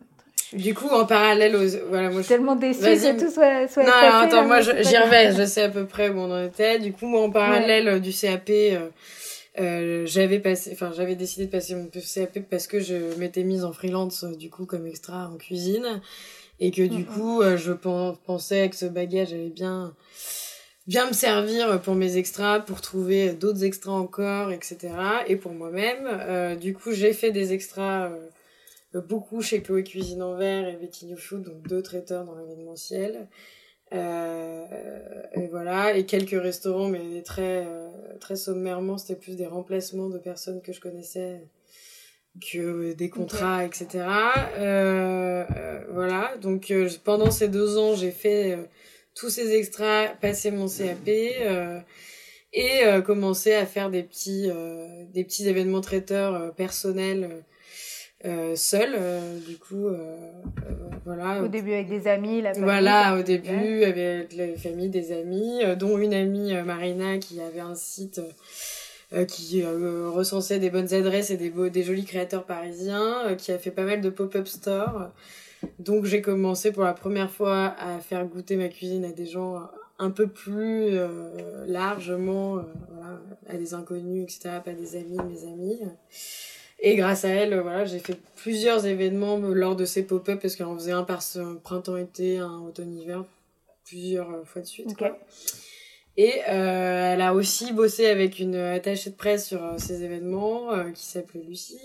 Du coup, en parallèle aux... Voilà, moi, je suis tellement déçue que tout soit, soit non, effacé. Non, attends, là, moi, je, j'y reviens, je sais à peu près où on en était. Du coup, moi, en parallèle ouais. du C A P... Euh, Euh, j'avais passé, enfin j'avais décidé de passer mon C A P parce que je m'étais mise en freelance du coup comme extra en cuisine et que du mmh. coup euh, je pensais que ce bagage allait bien bien me servir pour mes extras, pour trouver d'autres extras encore, et cetera. Et pour moi-même, euh, du coup j'ai fait des extras euh, beaucoup chez Chloé Cuisine en Verre et Betty New Food, donc deux traiteurs dans l'événementiel. Euh, et voilà, et quelques restaurants, mais très euh, très sommairement, c'était plus des remplacements de personnes que je connaissais que des contrats, okay. et cetera. Euh, euh, voilà, donc euh, pendant ces deux ans, j'ai fait euh, tous ces extras, passé mon C A P euh, et euh, commencé à faire des petits euh, des petits événements traiteurs euh, personnels. Euh, Euh, seule euh, du coup euh, euh, voilà au début avec des amis la famille voilà au début ouais. avec les familles des amis euh, dont une amie euh, Marina qui avait un site euh, qui euh, recensait des bonnes adresses et des beaux des jolis créateurs parisiens euh, qui a fait pas mal de pop-up stores, donc j'ai commencé pour la première fois à faire goûter ma cuisine à des gens un peu plus euh, largement euh, voilà, à des inconnus, etc., pas des amis de mes amis. Et grâce à elle, voilà, j'ai fait plusieurs événements lors de ces pop-up parce qu'elle en faisait un par printemps-été, un automne-hiver, plusieurs fois de suite. Okay. Quoi. Et euh, elle a aussi bossé avec une attachée de presse sur euh, ces événements euh, qui s'appelait Lucie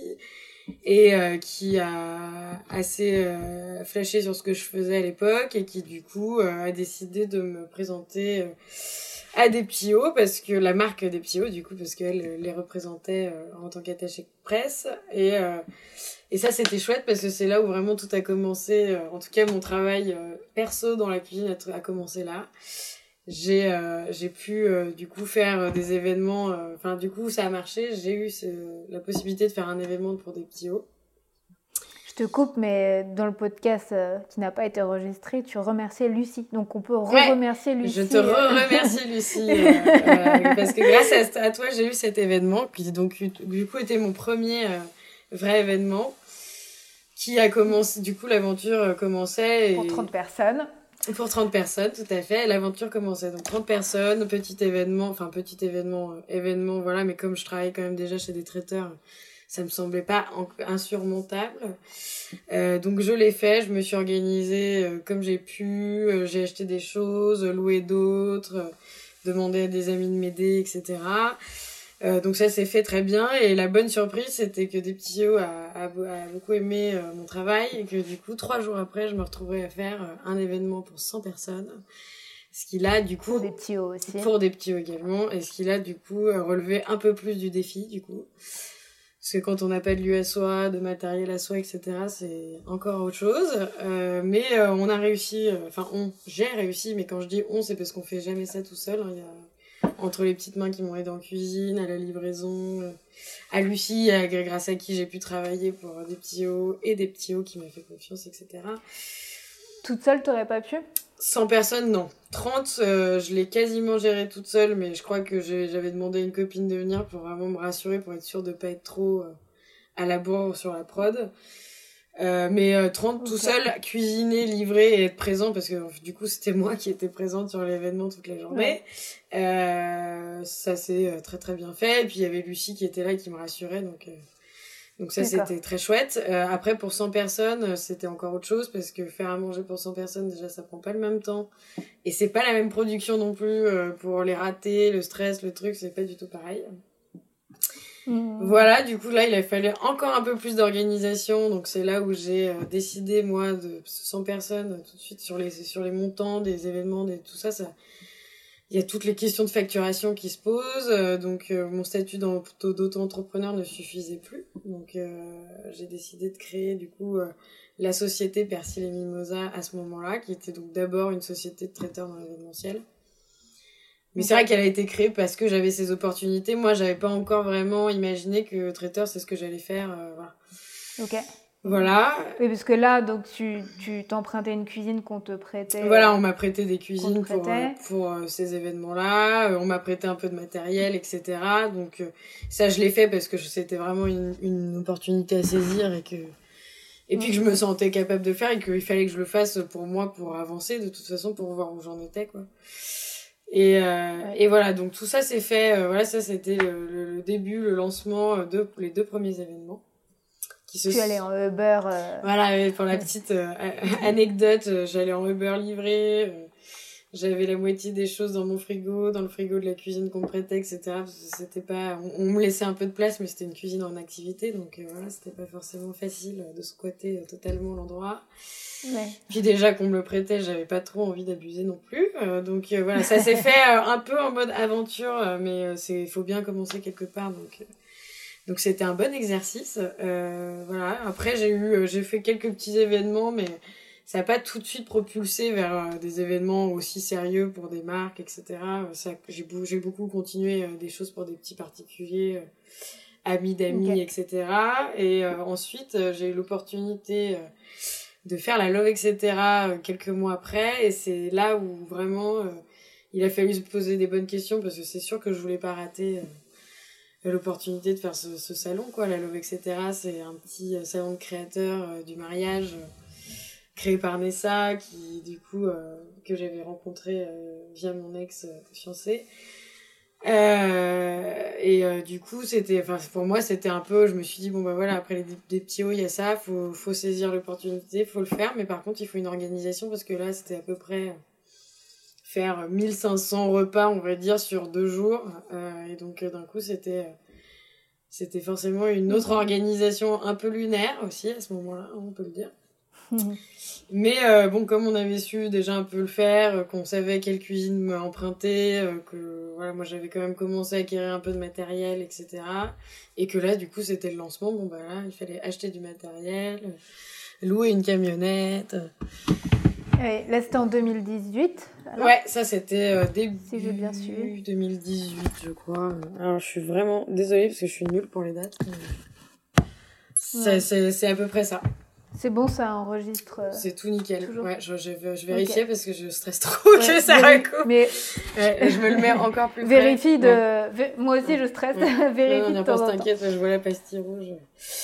et euh, qui a assez euh, flashé sur ce que je faisais à l'époque et qui du coup euh, a décidé de me présenter... Euh, à des petits hauts, parce que la marque des petits hauts, du coup, parce qu'elle les représentait euh, en tant qu'attachée de presse. Et, euh, et ça, c'était chouette, parce que c'est là où vraiment tout a commencé. Euh, en tout cas, mon travail euh, perso dans la cuisine a, a commencé là. J'ai, euh, j'ai pu, euh, du coup, faire des événements... Enfin, euh, du coup, ça a marché. J'ai eu ce, la possibilité de faire un événement pour des petits hauts. Je te coupe, mais dans le podcast euh, qui n'a pas été enregistré, tu remerciais Lucie. Donc, on peut re-remercier ouais, Lucie. Je te re-remercie, Lucie, euh, euh, parce que grâce à, à toi, j'ai eu cet événement, qui donc, du coup, était mon premier euh, vrai événement, qui a commencé, du coup, l'aventure commençait. Et... Pour trente personnes. Pour trente personnes, tout à fait. L'aventure commençait. Donc trente personnes, petit événement, enfin petit événement, euh, événement, voilà. Mais comme je travaillais quand même déjà chez des traiteurs, ça me semblait pas en- insurmontable. Euh, donc je l'ai fait, je me suis organisée euh, comme j'ai pu. Euh, j'ai acheté des choses, loué d'autres, euh, demandé à des amis de m'aider, et cetera. Euh, donc ça s'est fait très bien et la bonne surprise c'était que des petits O a, a, a beaucoup aimé euh, mon travail et que du coup trois jours après je me retrouvais à faire euh, un événement pour cent personnes, ce qui là du coup pour des petits O aussi, pour des petits O également, et ce qui là du coup euh, relevait un peu plus du défi du coup, parce que quand on n'a pas de lieu à soi, de matériel à soi, etc., c'est encore autre chose. Euh, mais euh, on a réussi, enfin euh, on, j'ai réussi, mais quand je dis on, c'est parce qu'on fait jamais ça tout seul. Hein, y a entre les petites mains qui m'ont aidé en cuisine, à la livraison, euh, à Lucie, à, grâce à qui j'ai pu travailler pour des petits hauts et des petits hauts qui m'a fait confiance, et cetera. Toute seule, t'aurais pas pu ? cent personnes, non. trente, euh, je l'ai quasiment géré toute seule, mais je crois que j'ai, j'avais demandé à une copine de venir pour vraiment me rassurer, pour être sûre de pas être trop euh, à la bourre sur la prod. Euh, mais euh, trente okay. Tout seul, cuisiner, livrer et être présent, parce que du coup c'était moi qui étais présente sur l'événement toute la journée. Ouais. Euh, ça s'est très très bien fait. Et puis il y avait Lucie qui était là, qui me rassurait, donc euh, donc ça D'accord. C'était très chouette. Euh, après pour cent personnes, c'était encore autre chose, parce que faire à manger pour cent personnes, déjà ça prend pas le même temps et c'est pas la même production non plus. Euh, pour les ratés, le stress, le truc, c'est pas du tout pareil. Mmh. Voilà, du coup là il a fallu encore un peu plus d'organisation, donc c'est là où j'ai euh, décidé moi de cent personnes tout de suite sur les sur les montants des événements, des tout ça, ça il y a toutes les questions de facturation qui se posent, euh, donc euh, mon statut d'auto-entrepreneur ne suffisait plus, donc euh, j'ai décidé de créer du coup euh, la société Persil et Mimosa à ce moment-là, qui était donc d'abord une société de traiteurs dans l'événementiel. Mais c'est vrai qu'elle a été créée parce que j'avais ces opportunités. Moi, j'avais pas encore vraiment imaginé que traiteur, c'est ce que j'allais faire. Euh, voilà. Ok. Voilà. Oui, parce que là, donc, tu, tu t'empruntais une cuisine qu'on te prêtait. Voilà, on m'a prêté des cuisines pour, euh, pour euh, ces événements-là. Euh, on m'a prêté un peu de matériel, et cetera. Donc, euh, ça, je l'ai fait parce que c'était vraiment une, une opportunité à saisir et que, et puis que je me sentais capable de faire et qu'il fallait que je le fasse pour moi, pour avancer, de toute façon, pour voir où j'en étais, quoi. Et, euh, ouais. et voilà, donc tout ça c'est fait, euh, voilà, ça c'était le, le, le début, le lancement de les deux premiers événements. Qui se... Tu allais en Uber. Euh... Voilà, pour la petite euh, anecdote, euh, j'allais en Uber livrer, euh, j'avais la moitié des choses dans mon frigo, dans le frigo de la cuisine qu'on me prêtait, et cetera. Parce que c'était pas, on, on me laissait un peu de place, mais c'était une cuisine en activité, donc euh, voilà, c'était pas forcément facile de squatter euh, totalement l'endroit. Ouais. Puis déjà qu'on me le prêtait, j'avais pas trop envie d'abuser non plus, euh, donc euh, voilà, ça s'est fait euh, un peu en mode aventure, euh, mais euh, c'est, faut bien commencer quelque part, donc euh, donc c'était un bon exercice. Euh, voilà. Après j'ai eu, euh, j'ai fait quelques petits événements, mais ça a pas tout de suite propulsé vers euh, des événements aussi sérieux pour des marques, et cetera. Ça, j'ai, j'ai beaucoup continué euh, des choses pour des petits particuliers, euh, amis d'amis, okay. et cetera. Et euh, ensuite euh, j'ai eu l'opportunité euh, de faire la Love, et cetera quelques mois après, et c'est là où vraiment euh, il a fallu se poser des bonnes questions, parce que c'est sûr que je voulais pas rater euh, l'opportunité de faire ce, ce salon, quoi. La Love, et cetera c'est un petit euh, salon de créateurs euh, du mariage euh, créé par Nessa, qui du coup euh, que j'avais rencontré euh, via mon ex euh, fiancé. Euh, et euh, du coup c'était, enfin pour moi c'était un peu, je me suis dit bon bah voilà, après les des petits hauts il y a ça, faut faut saisir l'opportunité, faut le faire, mais par contre il faut une organisation, parce que là c'était à peu près faire mille cinq cents repas on va dire sur deux jours, euh, et donc d'un coup c'était c'était forcément une autre organisation un peu lunaire aussi à ce moment-là, on peut le dire. Mais euh, bon, comme on avait su déjà un peu le faire, euh, qu'on savait quelle cuisine emprunter, euh, que voilà, moi j'avais quand même commencé à acquérir un peu de matériel, et cetera. Et que là, du coup, c'était le lancement. Bon bah là, il fallait acheter du matériel, euh, louer une camionnette. Ouais, là, c'était en deux mille dix-huit. Alors ouais, ça c'était euh, début si j'ai bien suivi. deux mille dix-huit, je crois. Alors, je suis vraiment désolée parce que je suis nulle pour les dates. Mais... c'est, ouais. c'est, c'est à peu près ça. C'est bon, ça enregistre. Euh, c'est tout nickel. Toujours. Ouais, je, je, je vérifiais okay. parce que je stresse trop ouais, que ça véri- recoupe. Mais ouais, je me le mets encore plus Vérifie près. de. Ouais. Vé... Moi aussi, je stresse. Ouais. Vérifie non, non, de temps en temps. T'inquiète, je vois la pastille rouge.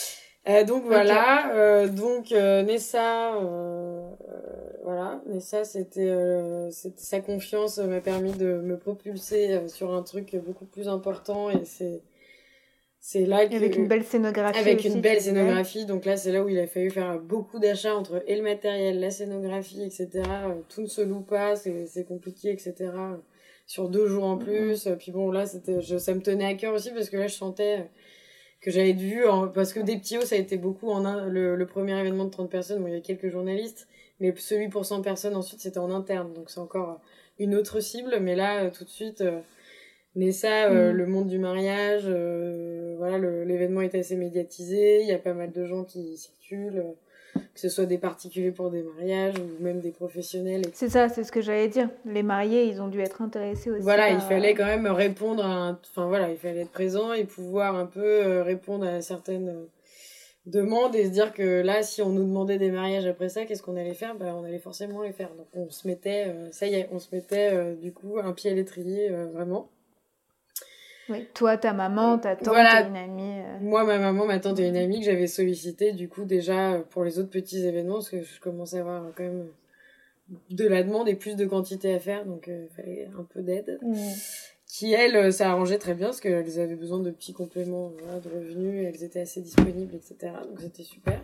Euh, donc voilà, okay. euh, donc euh, Nessa, euh, euh, voilà, Nessa, c'était, euh, c'était sa confiance m'a permis de me propulser euh, sur un truc beaucoup plus important et c'est c'est là que avec une belle scénographie avec aussi, une belle scénographie. Donc là, c'est là où il a fallu faire beaucoup d'achats entre et le matériel, la scénographie, et cetera. Euh, tout ne se loue pas, c'est c'est compliqué, et cetera. Sur deux jours en plus. Mm-hmm. Puis bon, là, c'était, je, ça me tenait à cœur aussi parce que là, je sentais que j'avais vu, en, parce que des petits hauts, ça a été beaucoup en un, le, le premier événement de trente personnes, bon, il y avait quelques journalistes, mais celui pour cent personnes ensuite, c'était en interne, donc c'est encore une autre cible, mais là, tout de suite, euh, mais ça, euh, mmh. le monde du mariage, euh, voilà, le, l'événement est assez médiatisé, il y a pas mal de gens qui circulent, euh, que ce soit des particuliers pour des mariages ou même des professionnels. Et... C'est ça, c'est ce que j'allais dire. Les mariés, ils ont dû être intéressés aussi. Voilà, par... il fallait quand même répondre à un... Enfin voilà, il fallait être présent et pouvoir un peu répondre à certaines demandes et se dire que là, si on nous demandait des mariages après ça, qu'est-ce qu'on allait faire ? Ben, on allait forcément les faire. Donc on se mettait, euh, ça y est, on se mettait euh, du coup un pied à l'étrier, euh, vraiment. Oui, toi, ta maman, ta tante voilà. et une amie. Euh... Moi, ma maman, ma tante et une amie que j'avais sollicité du coup déjà pour les autres petits événements parce que je commençais à avoir quand même de la demande et plus de quantité à faire, donc il euh, fallait un peu d'aide. Mmh. Qui, elles, ça arrangeait très bien parce qu'elles avaient besoin de petits compléments voilà, de revenus, et elles étaient assez disponibles, et cetera. Donc c'était super.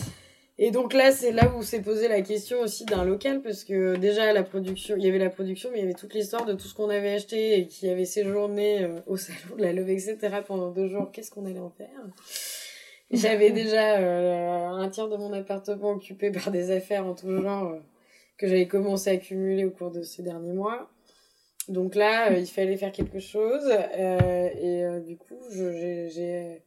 Et donc là, c'est là où s'est posé la question aussi d'un local, parce que déjà, la production, il y avait la production, mais il y avait toute l'histoire de tout ce qu'on avait acheté et qui avait séjourné euh, au salon de la Love, et cetera pendant deux jours. Qu'est-ce qu'on allait en faire ? J'avais déjà euh, un tiers de mon appartement occupé par des affaires en tout genre euh, que j'avais commencé à accumuler au cours de ces derniers mois. Donc là, euh, il fallait faire quelque chose euh, et euh, du coup, je, j'ai, j'ai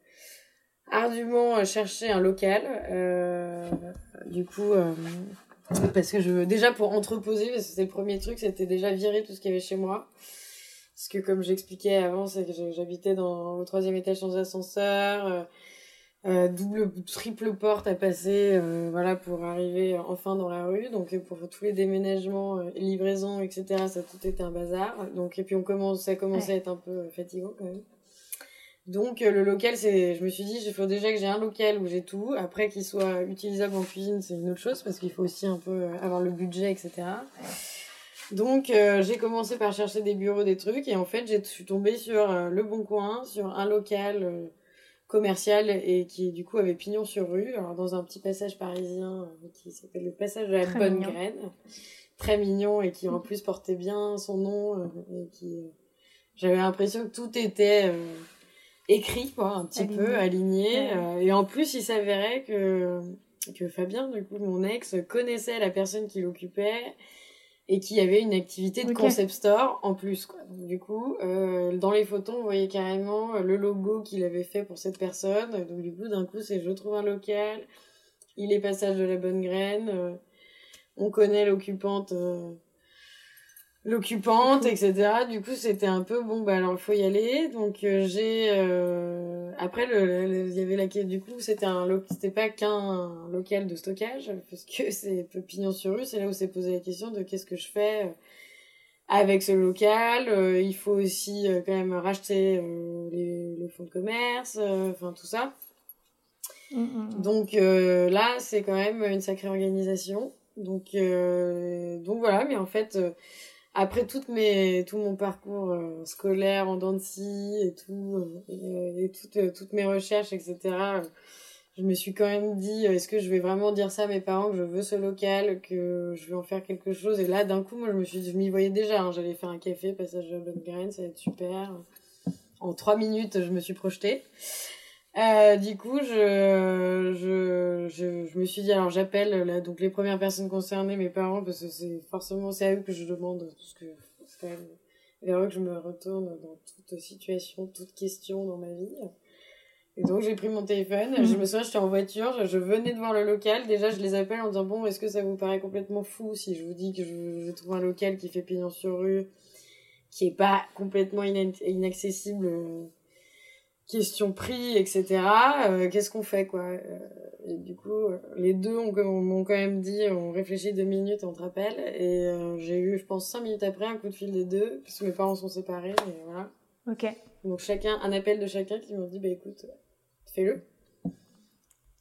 ardument cherché un local. Euh, du coup, euh, parce que je déjà pour entreposer, parce que c'était le premier truc, c'était déjà virer tout ce qu'il y avait chez moi. Parce que comme j'expliquais avant, c'est que j'habitais dans au troisième étage sans ascenseur. Euh, Euh, double, triple porte à passer, euh, voilà, pour arriver enfin dans la rue. Donc, pour tous les déménagements, euh, livraisons, et cetera, ça tout était un bazar. Donc, et puis on commence, ça commençait ouais. à être un peu fatigant quand même. Donc, euh, le local, c'est, je me suis dit, il faut déjà que j'ai un local où j'ai tout. Après, qu'il soit utilisable en cuisine, c'est une autre chose parce qu'il faut aussi un peu avoir le budget, et cetera. Donc, euh, j'ai commencé par chercher des bureaux, des trucs. Et en fait, je suis tombée sur euh, Le Bon Coin, sur un local, euh, commercial et qui du coup avait pignon sur rue, alors dans un petit passage parisien euh, qui s'appelle le passage de la très Bonne mignon. Graine, très mignon et qui en plus portait bien son nom euh, et qui euh, j'avais l'impression que tout était euh, écrit quoi, un petit aligné. peu aligné ouais. euh, et en plus il s'avérait que que Fabien du coup mon ex connaissait la personne qui l'occupait et qui avait une activité de okay. concept store en plus quoi. Donc, du coup euh, dans les photos on voyait carrément le logo qu'il avait fait pour cette personne. Donc du coup d'un coup c'est je trouve un local, il est passage de la Bonne Graine, euh, on connaît l'occupante euh, l'occupante, et cetera. Du coup, c'était un peu bon, bah alors il faut y aller. Donc euh, j'ai euh... après le il y avait la du coup c'était un lo... c'était pas qu'un local de stockage parce que c'est pignon sur rue. C'est là où s'est posé la question de qu'est-ce que je fais avec ce local. Euh, il faut aussi euh, quand même racheter euh, les, les fonds de commerce, enfin euh, tout ça. Mm-hmm. Donc euh, là, c'est quand même une sacrée organisation. Donc euh, donc voilà, mais en fait. Euh, Après toutes mes, tout mon parcours euh, scolaire en dents de scie et tout, euh, et, et toutes, euh, toutes mes recherches, et cetera, euh, je me suis quand même dit, euh, est-ce que je vais vraiment dire ça à mes parents, que je veux ce local, que je vais en faire quelque chose. Et là, d'un coup, moi, je me suis dit, je m'y voyais déjà. Hein, j'allais faire un café, passage de la Bonne Graine, ça va être super. En trois minutes, je me suis projetée. Euh, du coup, je, je, je, je me suis dit, alors j'appelle là, donc les premières personnes concernées, mes parents, parce que c'est forcément, c'est à eux que je demande tout ce que, c'est quand même vers eux que je me retourne dans toute situation, toute question dans ma vie. Et donc, j'ai pris mon téléphone, mmh. je me souviens, j'étais en voiture, je, je venais de voir le local, déjà, je les appelle en disant, bon, est-ce que ça vous paraît complètement fou si je vous dis que je, je trouve un local qui fait pignon sur rue, qui est pas complètement ina- inaccessible, euh, question prix, et cetera. Euh, qu'est-ce qu'on fait, quoi euh, Et du coup, euh, les deux ont, m'ont quand même dit, on réfléchit deux minutes, on te rappelle. Et euh, j'ai eu, je pense, cinq minutes après, un coup de fil des deux, puisque mes parents sont séparés, et voilà. Ok. Donc chacun, un appel de chacun qui m'ont dit, bah écoute, fais-le.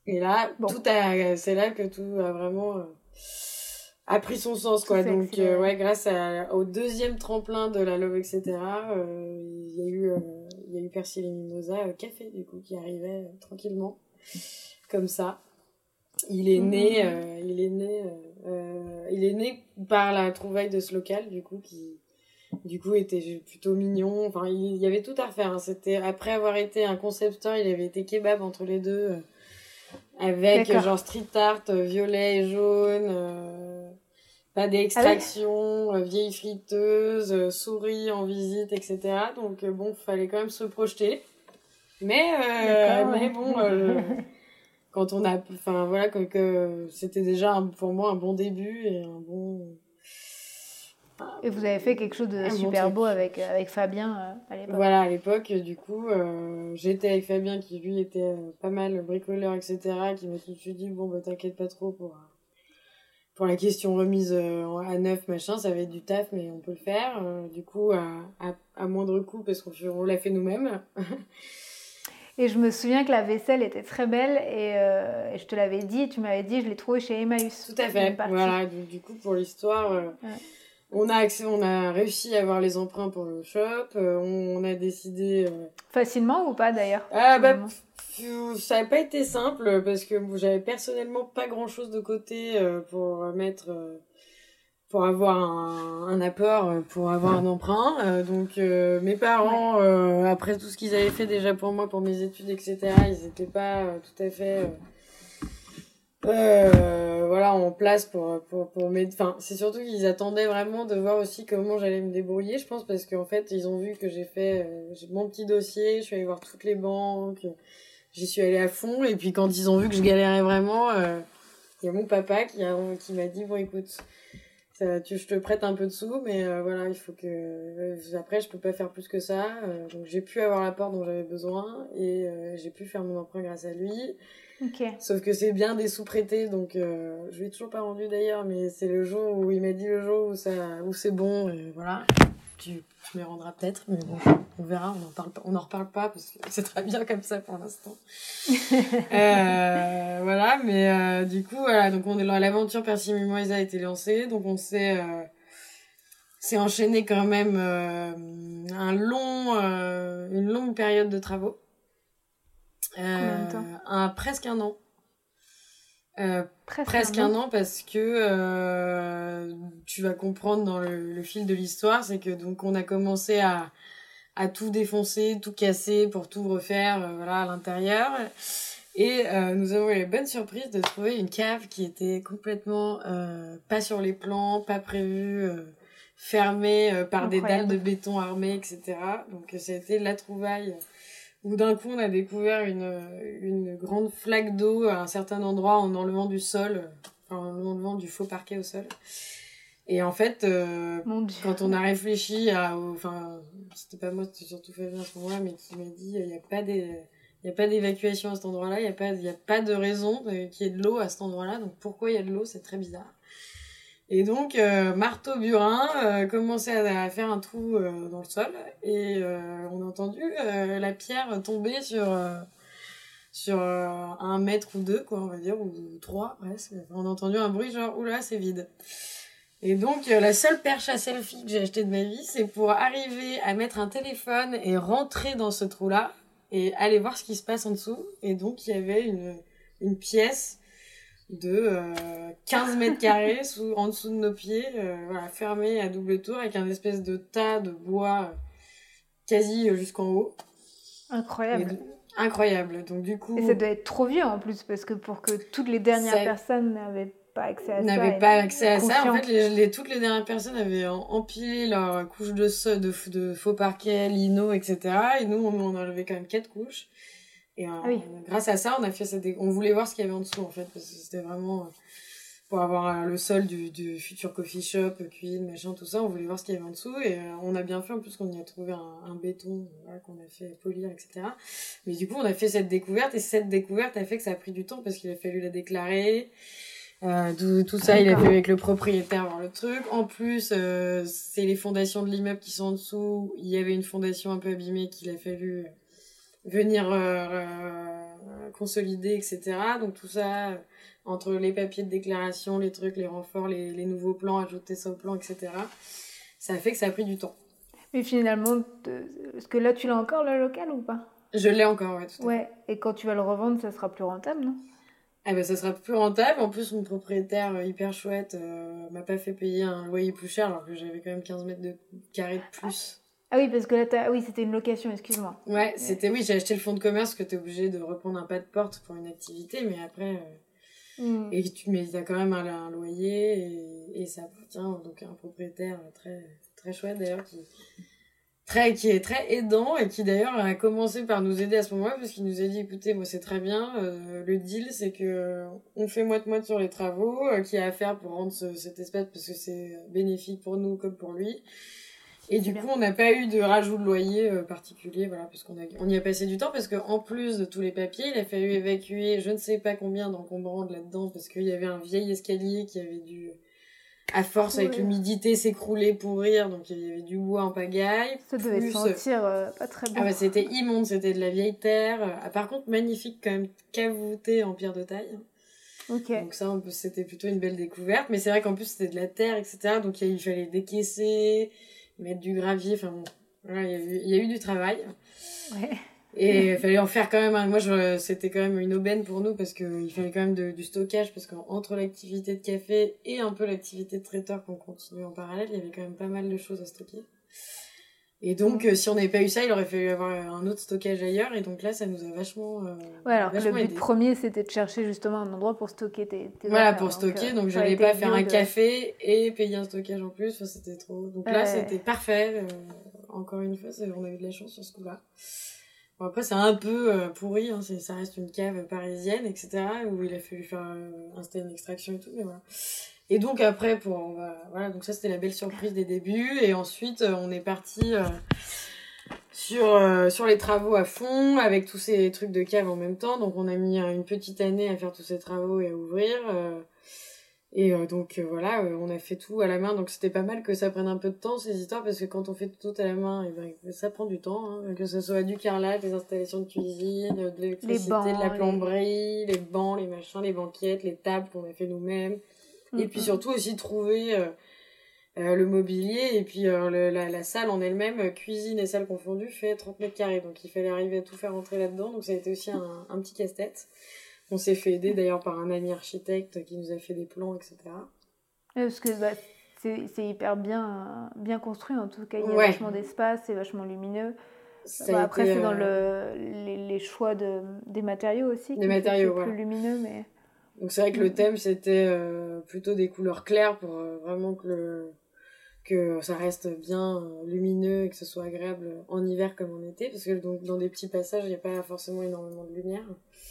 Et là, Bon. tout a, c'est là que tout a vraiment euh, a pris son sens, quoi. Donc, euh, ouais, grâce à, au deuxième tremplin de la Love, et cetera, euh, il y a eu, euh, il y a eu Persil et Mimosa euh, Café, du coup, qui arrivait euh, tranquillement, comme ça. Il est né, euh, il est né, euh, euh, il est né par la trouvaille de ce local, du coup, qui, du coup, était plutôt mignon. Enfin, il, il y avait tout à refaire, hein. C'était, après avoir été un concept store, il avait été kebab entre les deux, euh, avec D'accord. genre street art, euh, violet et jaune, euh, pas d'extraction, ah oui, euh, vieille friteuse, euh, souris en visite, et cetera. Donc euh, bon, fallait quand même se projeter. Mais, euh, mais bon, euh, quand on a, enfin voilà, que, que c'était déjà un, pour moi un bon début et un bon. Et vous avez fait quelque chose de super bon beau avec, avec Fabien euh, à l'époque. Voilà, à l'époque, du coup, euh, j'étais avec Fabien qui lui était euh, pas mal bricoleur, et cetera, qui m'a tout de suite dit, bon, bah t'inquiète pas trop pour, pour la question remise euh, à neuf, machin, ça va être du taf, mais on peut le faire. Euh, du coup, à, à, à moindre coût, parce qu'on on l'a fait nous-mêmes. Et je me souviens que la vaisselle était très belle et, euh, et je te l'avais dit, tu m'avais dit, je l'ai trouvée chez Emmaüs. Tout à fait, voilà, du, du coup, pour l'histoire... Euh, ouais. On a accès, on a réussi à avoir les emprunts pour le shop. Euh, on, on a décidé. Euh... Facilement ou pas d'ailleurs? Ah bah, pff, ça n'a pas été simple parce que bon, j'avais personnellement pas grand chose de côté euh, pour mettre, euh, pour avoir un, un apport, pour avoir un emprunt. Euh, donc euh, mes parents, ouais. euh, après tout ce qu'ils avaient fait déjà pour moi, pour mes études, et cetera, ils n'étaient pas euh, tout à fait. Euh, Euh, voilà, en place pour, pour, pour mes, enfin, c'est surtout qu'ils attendaient vraiment de voir aussi comment j'allais me débrouiller, je pense, parce qu'en fait, ils ont vu que j'ai fait, euh, j'ai mon petit dossier, je suis allée voir toutes les banques, j'y suis allée à fond, et puis quand ils ont vu que je galérais vraiment, il euh, y a mon papa qui a, qui m'a dit, bon, écoute, ça, tu, je te prête un peu de sous, mais euh, voilà, il faut que, euh, après, je peux pas faire plus que ça, euh, donc j'ai pu avoir l'apport dont j'avais besoin, et euh, j'ai pu faire mon emprunt grâce à lui. Okay. Sauf que c'est bien des sous-prêtés, donc euh, je lui ai toujours pas rendu d'ailleurs, mais c'est le jour où il m'a dit le jour où, ça, où c'est bon, et voilà. Tu, tu me les rendras peut-être, mais bon, on verra, on en parle pas, on en reparle pas parce que c'est très bien comme ça pour l'instant. euh, voilà, mais euh, du coup, voilà, donc on est là, l'aventure Persil Mimosa a été lancée, donc on s'est, euh, s'est enchaîné quand même euh, un long, euh, une longue période de travaux. Euh, Combien de temps un, presque un an. Euh, presque, presque un, an. un an parce que euh, tu vas comprendre dans le, le fil de l'histoire, c'est que donc on a commencé à, à tout défoncer, tout casser pour tout refaire, euh, voilà, à l'intérieur. Et euh, nous avons eu la bonne surprise de trouver une cave qui était complètement euh, pas sur les plans, pas prévue, euh, fermée euh, par Incroyable. Des dalles de béton armées, et cetera. Donc ça a été la trouvaille. Où d'un coup on a découvert une, une grande flaque d'eau à un certain endroit en enlevant du sol, enfin en enlevant du faux parquet au sol. Et en fait, euh, quand on a réfléchi à, enfin c'était pas moi, c'était surtout Fabien à ce moment-là, mais qui m'a dit il y a pas des, il y a pas d'évacuation à cet endroit-là, il y a pas, il y a pas de raison qu'il y ait de l'eau à cet endroit-là, donc pourquoi il y a de l'eau, c'est très bizarre. Et donc, euh, marteau burin, euh, commençait à, à faire un trou euh, dans le sol et euh, on a entendu euh, la pierre tomber sur euh, sur euh, un mètre ou deux, quoi, on va dire, ou trois presque. On a entendu un bruit genre, oula, c'est vide. Et donc, euh, la seule perche à selfie que j'ai achetée de ma vie, c'est pour arriver à mettre un téléphone et rentrer dans ce trou-là et aller voir ce qui se passe en dessous. Et donc, il y avait une, une pièce de euh, quinze mètres carrés sous, en dessous de nos pieds, euh, voilà, fermé à double tour avec un espèce de tas de bois euh, quasi jusqu'en haut. Incroyable. De, incroyable. Donc du coup. Et ça doit être trop vieux en plus parce que pour que toutes les dernières ça... personnes n'avaient pas accès à ça. N'avaient pas accès à ça. En fait, les, les, toutes les dernières personnes avaient empilé leur couche de, de, de faux parquet, lino, et cetera. Et nous, on, on a enlevé quand même quatre couches. Et euh, ah oui. grâce à ça, on a fait cette... on voulait voir ce qu'il y avait en dessous en fait, parce que c'était vraiment pour avoir le sol du, du futur coffee shop, cuisine, machin, tout ça. On voulait voir ce qu'il y avait en dessous et euh, on a bien fait en plus qu'on y a trouvé un, un béton, voilà, qu'on a fait polir, et cetera. Mais du coup, on a fait cette découverte et cette découverte a fait que ça a pris du temps parce qu'il a fallu la déclarer. Euh, tout, tout ça, il a fait avec le propriétaire voir le truc. En plus, euh, c'est les fondations de l'immeuble qui sont en dessous. Il y avait une fondation un peu abîmée qu'il a fallu venir euh, euh, consolider, et cetera. Donc tout ça, euh, entre les papiers de déclaration, les trucs, les renforts, les, les nouveaux plans, ajouter ça au plan, et cetera. Ça a fait que ça a pris du temps. Mais finalement, est-ce que là tu l'as encore le local ou pas? Je l'ai encore, ouais, tout à Ouais, et quand tu vas le revendre, ça sera plus rentable, non? Ah ben ça sera plus rentable. En plus, mon propriétaire euh, hyper chouette euh, m'a pas fait payer un loyer plus cher alors que j'avais quand même quinze mètres de carrés de plus. Ah oui, parce que là, t'as... oui, c'était une location, excuse-moi. Ouais, c'était oui, j'ai acheté le fonds de commerce que t'es obligé de reprendre un pas de porte pour une activité, mais après, euh, mm. et tu mais t'as quand même un, un loyer et, et ça appartient donc à un propriétaire très très chouette d'ailleurs qui Très, qui est très aidant et qui d'ailleurs a commencé par nous aider à ce moment-là parce qu'il nous a dit écoutez moi c'est très bien euh, le deal c'est que euh, on fait moite-moite sur les travaux euh, qu'il y a à faire pour rendre ce, cet espace parce que c'est bénéfique pour nous comme pour lui et du coup on n'a pas eu de rajout de loyer euh, particulier voilà parce qu'on a, on y a passé du temps parce que en plus de tous les papiers il a fallu évacuer je ne sais pas combien d'encombrants de là-dedans parce qu'il y avait un vieil escalier qui avait dû à force avec l'humidité s'écrouler pourrir donc il y avait du bois en pagaille ça devait plus... sentir euh, pas très bon ah bah c'était immonde c'était de la vieille terre ah, par contre magnifique quand même cavoûté en pierre de taille okay. Donc ça c'était plutôt une belle découverte mais c'est vrai qu'en plus c'était de la terre etc donc il fallait décaisser mettre du gravier enfin bon voilà il y a eu, il y a eu du travail ouais. Et il fallait en faire quand même, moi je, c'était quand même une aubaine pour nous parce qu'il fallait quand même de, du stockage parce qu'entre l'activité de café et un peu l'activité de traiteur qu'on continue en parallèle, il y avait quand même pas mal de choses à stocker. Et donc mmh. si on n'avait pas eu ça, il aurait fallu avoir un autre stockage ailleurs et donc là ça nous a vachement euh, Ouais alors vachement que le but aidé. Premier c'était de chercher justement un endroit pour stocker tes, tes Voilà affaires, pour donc, stocker, euh, donc je n'allais pas faire un de... café et payer un stockage en plus, enfin, c'était trop. Donc là ouais. C'était parfait, euh, encore une fois on a eu de la chance sur ce coup-là. Bon, après, c'est un peu euh, pourri, hein, c'est, ça reste une cave parisienne, et cetera, où il a fallu faire euh, installer une extraction et tout, mais voilà. Et donc après, pour, on va, voilà, donc ça c'était la belle surprise des débuts, et ensuite euh, on est parti euh, sur, euh, sur les travaux à fond, avec tous ces trucs de cave en même temps, donc on a mis euh, une petite année à faire tous ces travaux et à ouvrir, euh, et euh, donc euh, voilà, euh, on a fait tout à la main, donc c'était pas mal que ça prenne un peu de temps ces histoires parce que quand on fait tout à la main, et ben ça prend du temps, hein, que ce soit du carrelage, des installations de cuisine, de l'électricité, bancs, de la plomberie, les... les bancs, les machins, les banquettes, les tables qu'on a fait nous-mêmes, mm-hmm. Et puis surtout aussi trouver euh, euh, le mobilier et puis euh, le, la, la salle en elle-même, cuisine et salle confondues, fait trente mètres carrés, donc il fallait arriver à tout faire rentrer là-dedans, donc ça a été aussi un, un petit casse-tête. On s'est fait aider d'ailleurs par un ami architecte qui nous a fait des plans, et cetera. Parce que bah, c'est, c'est hyper bien, bien construit, en tout cas, il y a ouais. vachement d'espace, c'est vachement lumineux. Bah, après, été, c'est dans euh... le, les, les choix de, des matériaux aussi, des matériaux, c'est ouais. plus lumineux. Mais... Donc c'est vrai que mmh. le thème, c'était euh, plutôt des couleurs claires pour euh, vraiment que, le, que ça reste bien euh, lumineux et que ce soit agréable en hiver comme en été, parce que donc, dans des petits passages, il n'y a pas forcément énormément de lumière.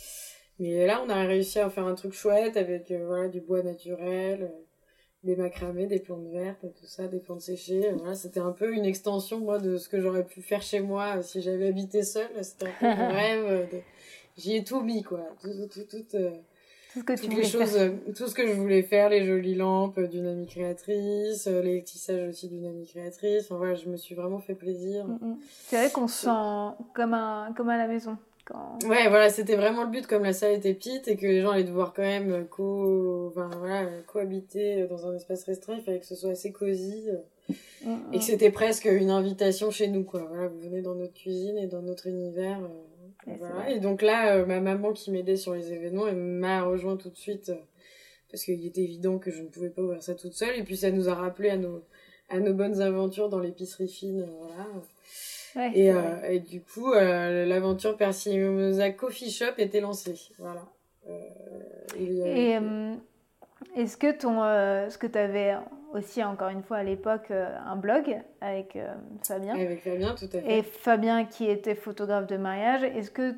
Mais là, on a réussi à faire un truc chouette avec euh, voilà, du bois naturel, euh, des macramés, des plantes vertes, tout ça, des plantes séchées. Euh, voilà, c'était un peu une extension, moi, de ce que j'aurais pu faire chez moi euh, si j'avais habité seule. C'était un peu mon rêve. Euh, de... J'y ai tout mis, quoi. Tout, tout, tout, tout, euh, tout ce que toutes tu les choses, euh, tout ce que je voulais faire, les jolies lampes d'une amie créatrice, euh, les tissages aussi d'une amie créatrice. Enfin, voilà, je me suis vraiment fait plaisir. Mm-hmm. C'est vrai qu'on se sent comme, un, comme à la maison. Quand... Ouais, voilà, c'était vraiment le but, comme la salle était petite et que les gens allaient devoir quand même co... enfin, voilà, cohabiter dans un espace restreint, il fallait que ce soit assez cosy mmh, et que c'était presque une invitation chez nous, quoi. Voilà, vous venez dans notre cuisine et dans notre univers. Euh, et, voilà. Et donc là, euh, ma maman qui m'aidait sur les événements, elle m'a rejoint tout de suite euh, parce qu'il était évident que je ne pouvais pas ouvrir ça toute seule. Et puis ça nous a rappelé à nos, à nos bonnes aventures dans l'épicerie fine, euh, voilà. Ouais, et, euh, et du coup, euh, l'aventure Persil et Mimosa Coffee Shop était lancée. Voilà. Euh, et et euh, est-ce que ton, euh, ce que tu avais aussi encore une fois à l'époque euh, un blog avec euh, Fabien. Avec Fabien, tout à fait. Et Fabien qui était photographe de mariage. Est-ce que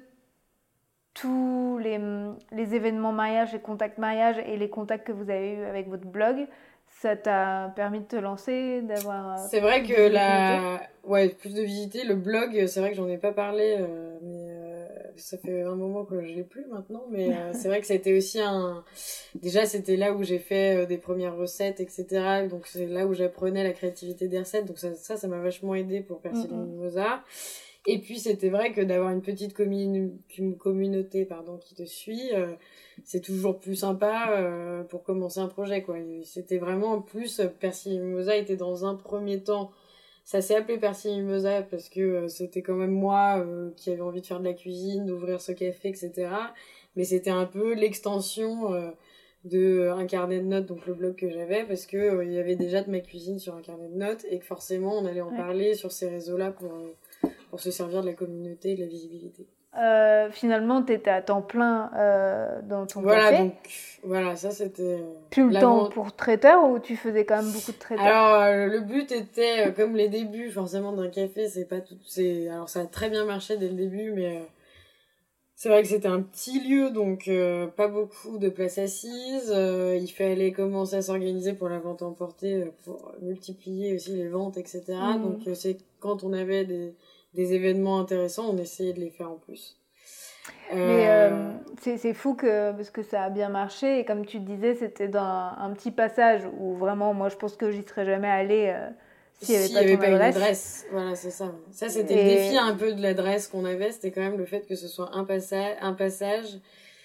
tous les, les événements mariage, les contacts mariage et les contacts que vous avez eus avec votre blog, ça t'a permis de te lancer, d'avoir... C'est vrai que la... Ouais, plus de visiter. Le blog, c'est vrai que j'en ai pas parlé, euh, mais euh, ça fait un moment que je l'ai plus maintenant, mais euh, c'est vrai que ça a été aussi un... Déjà, c'était là où j'ai fait euh, des premières recettes, et cetera. Donc, c'est là où j'apprenais la créativité des recettes. Donc, ça, ça, ça m'a vachement aidé pour Persil et Mimosa. Et puis c'était vrai que d'avoir une petite commune, une communauté pardon qui te suit, euh, c'est toujours plus sympa euh, pour commencer un projet quoi. Et c'était vraiment en plus Persil Mimosa était dans un premier temps, ça s'est appelé Persil Mimosa parce que euh, c'était quand même moi euh, qui avait envie de faire de la cuisine, d'ouvrir ce café, et cetera. Mais c'était un peu l'extension euh, de un carnet de notes, donc le blog que j'avais, parce que euh, il y avait déjà de ma cuisine sur un carnet de notes et que forcément on allait en ouais. parler sur ces réseaux-là pour euh, pour se servir de la communauté et de la visibilité. Euh, finalement, tu étais à temps plein euh, dans ton voilà, café. Donc, voilà, ça c'était... Euh, Plus le temps pour traiteur ou tu faisais quand même beaucoup de traiteurs? Alors, euh, le but était, euh, comme les débuts forcément d'un café, c'est pas tout... C'est... Alors, ça a très bien marché dès le début, mais... Euh, c'est vrai que c'était un petit lieu, donc euh, pas beaucoup de places assises. Euh, il fallait commencer à s'organiser pour la vente emportée, pour multiplier aussi les ventes, et cetera. Mmh. Donc, euh, c'est quand on avait des... des événements intéressants, on essayait de les faire en plus. Euh... Mais euh, c'est, c'est fou que, parce que ça a bien marché et comme tu disais, c'était dans un, un petit passage où vraiment, moi je pense que j'y serais jamais allée euh, s'il n'y avait, si pas, y avait pas une adresse. Voilà, c'est ça. Ça, c'était et... le défi un peu de l'adresse qu'on avait, c'était quand même le fait que ce soit un passage, un passage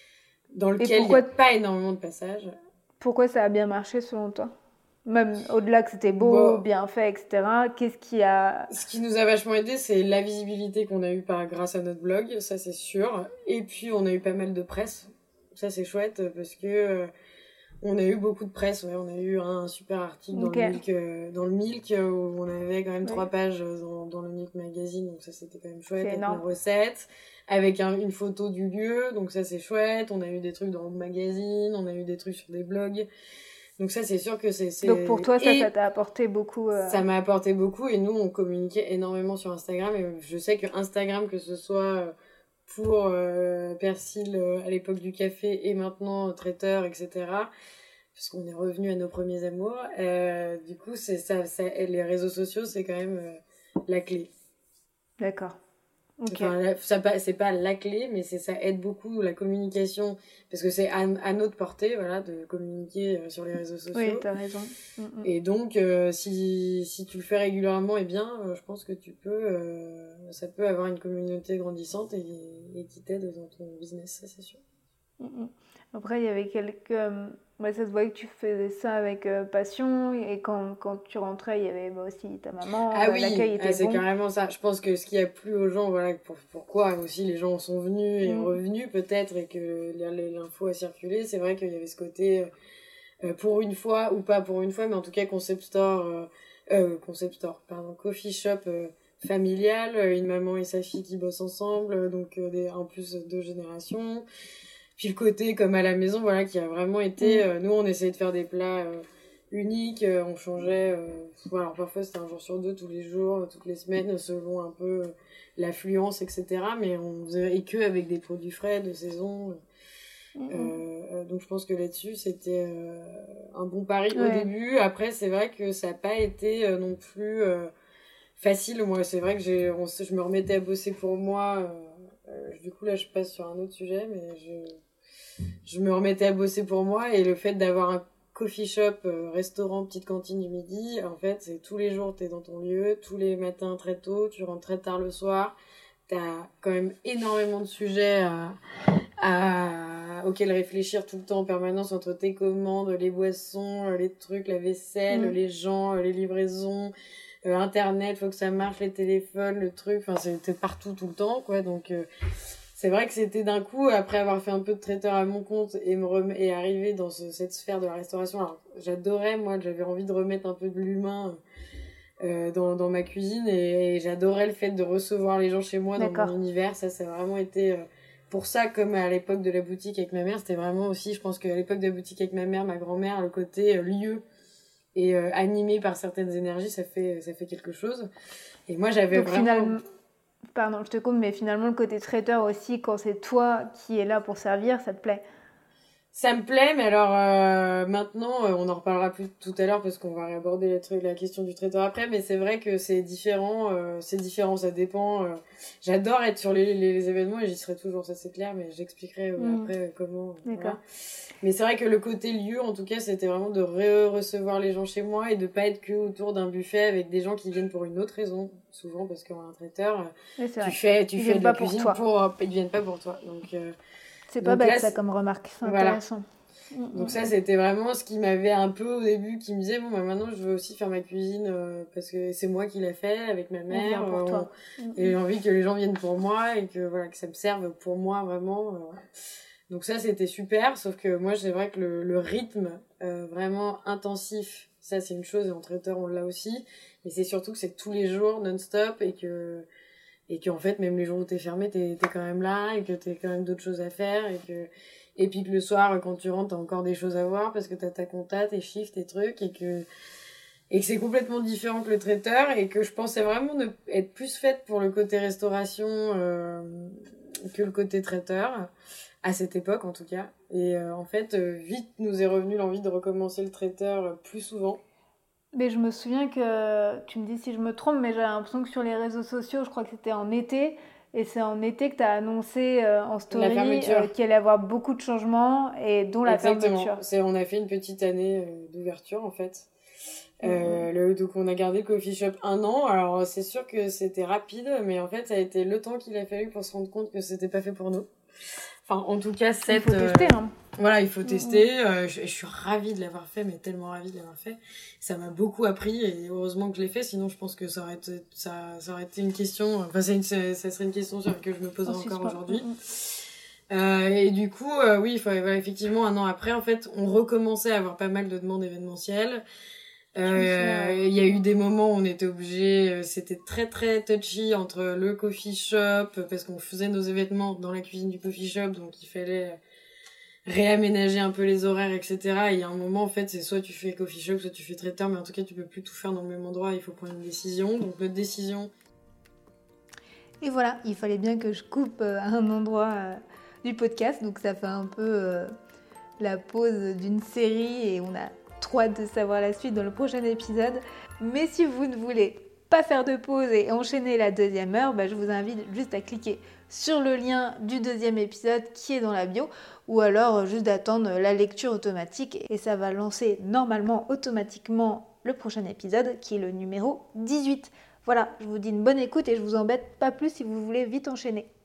dans lequel pourquoi... il n'y a pas énormément de passages. Pourquoi ça a bien marché selon toi ? Même au-delà que c'était beau, bon, bien fait, et cetera. Qu'est-ce qui a... Ce qui nous a vachement aidé, c'est la visibilité qu'on a eue par, grâce à notre blog, ça c'est sûr. Et puis on a eu pas mal de presse. Ça c'est chouette parce que euh, on a eu beaucoup de presse. Ouais. On a eu un, un super article okay. dans, le Milk, euh, dans le Milk où on avait quand même oui. trois pages dans, dans le Milk Magazine. Donc ça c'était quand même chouette. C'est avec énorme. La recette, avec un, une photo du lieu. Donc ça c'est chouette. On a eu des trucs dans le magazine, on a eu des trucs sur des blogs. Donc ça, c'est sûr que c'est... c'est... Donc pour toi, ça, ça t'a apporté beaucoup euh... Ça m'a apporté beaucoup et nous, on communiquait énormément sur Instagram. Et je sais que Instagram, que ce soit pour euh, Persil euh, à l'époque du café et maintenant traiteur, et cetera, parce qu'on est revenu à nos premiers amours, euh, du coup, c'est ça, ça, les réseaux sociaux, c'est quand même euh, la clé. D'accord. Okay. Enfin, ça, c'est pas la clé, mais c'est, ça aide beaucoup la communication, parce que c'est à, à notre portée, voilà, de communiquer sur les réseaux sociaux. Oui, t'as raison. Mm-hmm. Et donc, euh, si, si tu le fais régulièrement, eh bien, euh, je pense que tu peux, euh, ça peut avoir une communauté grandissante et, et qui t'aide dans ton business, ça c'est sûr. Mm-hmm. Après, il y avait quelques... Euh, ouais, ça se voyait que tu faisais ça avec euh, passion, et quand, quand tu rentrais, il y avait bah, aussi ta maman, ah oui, l'accueil était ah, c'est bon. carrément ça. Je pense que ce qui a plu aux gens, voilà, pour, pourquoi aussi les gens sont venus et mm. revenus peut-être, et que l'info a circulé, c'est vrai qu'il y avait ce côté, euh, pour une fois, ou pas pour une fois, mais en tout cas concept store, euh, euh, concept store, pardon, coffee shop euh, familial, une maman et sa fille qui bossent ensemble, donc euh, des, en plus deux générations. Puis le côté comme à la maison, voilà, qui a vraiment été... Mmh. Euh, nous, on essayait de faire des plats euh, uniques, euh, on changeait... Euh, voilà, parfois, c'était un jour sur deux, tous les jours, toutes les semaines, selon un peu euh, l'affluence, et cetera. Mais on faisait et que avec des produits frais, de saison. Mmh. Euh, donc, je pense que là-dessus, c'était euh, un bon pari ouais. au début. Après, c'est vrai que ça n'a pas été euh, non plus euh, facile. Moi, c'est vrai que j'ai, on, je me remettais à bosser pour moi. Euh, du coup, là, je passe sur un autre sujet, mais je... Je me remettais à bosser pour moi et le fait d'avoir un coffee shop, euh, restaurant, petite cantine du midi, en fait, c'est tous les jours, t'es dans ton lieu, tous les matins très tôt, tu rentres très tard le soir, t'as quand même énormément de sujets à, à, auxquels réfléchir tout le temps en permanence entre tes commandes, les boissons, les trucs, la vaisselle, mmh. les gens, les livraisons, euh, Internet, faut que ça marche, les téléphones, le truc, enfin, c'était partout tout le temps, quoi, donc... Euh, c'est vrai que c'était d'un coup, après avoir fait un peu de traiteur à mon compte et me rem- et arriver dans ce, cette sphère de la restauration. Alors, j'adorais, moi, j'avais envie de remettre un peu de l'humain euh, dans, dans ma cuisine et, et j'adorais le fait de recevoir les gens chez moi dans D'accord. mon univers. Ça, ça a vraiment été euh, pour ça, comme à l'époque de la boutique avec ma mère, c'était vraiment aussi, je pense qu'à l'époque de la boutique avec ma mère, ma grand-mère, le côté euh, lieu et euh, animé par certaines énergies, ça fait, ça fait quelque chose. Et moi, j'avais Donc, vraiment... Finalement... Pardon, je te coupe, mais finalement, le côté traiteur aussi, quand c'est toi qui es là pour servir, ça te plaît ? Ça me plaît, mais alors euh, maintenant, euh, on en reparlera plus tout à l'heure parce qu'on va aborder la, truc, la question du traiteur après, mais c'est vrai que c'est différent, euh, c'est différent, ça dépend. Euh, j'adore être sur les, les, les événements et j'y serai toujours, ça c'est clair, mais j'expliquerai euh, mmh. après euh, comment. D'accord. Voilà. Mais c'est vrai que le côté lieu, en tout cas, c'était vraiment de re- recevoir les gens chez moi et de pas être que autour d'un buffet avec des gens qui viennent pour une autre raison, souvent parce qu'un traiteur, oui, tu fais, tu ils fais de la pour cuisine toi. pour, ils viennent pas pour toi, donc. Euh, C'est pas bête ça comme remarque, c'est voilà. intéressant. Donc ça, c'était vraiment ce qui m'avait un peu au début, qui me disait, bon, bah, maintenant, je veux aussi faire ma cuisine, euh, parce que c'est moi qui l'ai fait avec ma mère. On vient pour euh, toi. On... Et j'ai envie que les gens viennent pour moi et que, voilà, que ça me serve pour moi, vraiment. Euh, voilà. Donc ça, c'était super, sauf que moi, c'est vrai que le, le rythme euh, vraiment intensif, ça, c'est une chose, et en traiteur, on l'a aussi. Mais c'est surtout que c'est tous les jours, non-stop, et que... Et qu'en fait, même les jours où t'es fermé, t'es, t'es quand même là, et que t'as quand même d'autres choses à faire, et que... Et puis que le soir, quand tu rentres, t'as encore des choses à voir parce que t'as ta compta, tes chiffres, tes trucs, et que, et que c'est complètement différent que le traiteur, et que je pensais vraiment ne... être plus faite pour le côté restauration euh, que le côté traiteur, à cette époque en tout cas. Et euh, en fait, euh, vite nous est revenu l'envie de recommencer le traiteur plus souvent. Mais je me souviens que, tu me dis si je me trompe, mais j'ai l'impression que sur les réseaux sociaux, je crois que c'était en été, et c'est en été que tu as annoncé euh, en story euh, qu'il allait y avoir beaucoup de changements, et dont la Exactement. fermeture. C'est, on a fait une petite année euh, d'ouverture en fait. Euh, mm-hmm. le, donc on a gardé le coffee shop un an. Alors c'est sûr que c'était rapide, mais en fait ça a été le temps qu'il a fallu pour se rendre compte que c'était pas fait pour nous. Enfin, en tout cas, cette... Il faut tester, hein. Euh, voilà, il faut tester. Euh, je, je suis ravie de l'avoir fait, mais tellement ravie de l'avoir fait. Ça m'a beaucoup appris, et heureusement que je l'ai fait, sinon je pense que ça aurait été, ça, ça aurait été une question... Enfin, c'est une, ça, ça serait une question sur laquelle je me poserais encore aujourd'hui. Euh, et du coup, euh, oui, il faut, ouais, effectivement, un an après, en fait, on recommençait à avoir pas mal de demandes événementielles. Il euh, y a eu des moments où on était obligé, c'était très très touchy entre le coffee shop, parce qu'on faisait nos événements dans la cuisine du coffee shop, donc il fallait réaménager un peu les horaires, et cetera. Et il y a un moment, en fait, c'est soit tu fais coffee shop, soit tu fais traiteur, mais en tout cas, tu peux plus tout faire dans le même endroit, il faut prendre une décision. Donc notre décision... Et voilà, il fallait bien que je coupe à un endroit euh, du podcast, donc ça fait un peu euh, la pause d'une série, et on a trop hâte de savoir la suite dans le prochain épisode. Mais si vous ne voulez pas faire de pause et enchaîner la deuxième heure, bah, je vous invite juste à cliquer sur le lien du deuxième épisode qui est dans la bio, ou alors juste d'attendre la lecture automatique, et ça va lancer normalement automatiquement le prochain épisode qui est le numéro dix-huit. Voilà, je vous dis une bonne écoute et je vous embête pas plus si vous voulez vite enchaîner.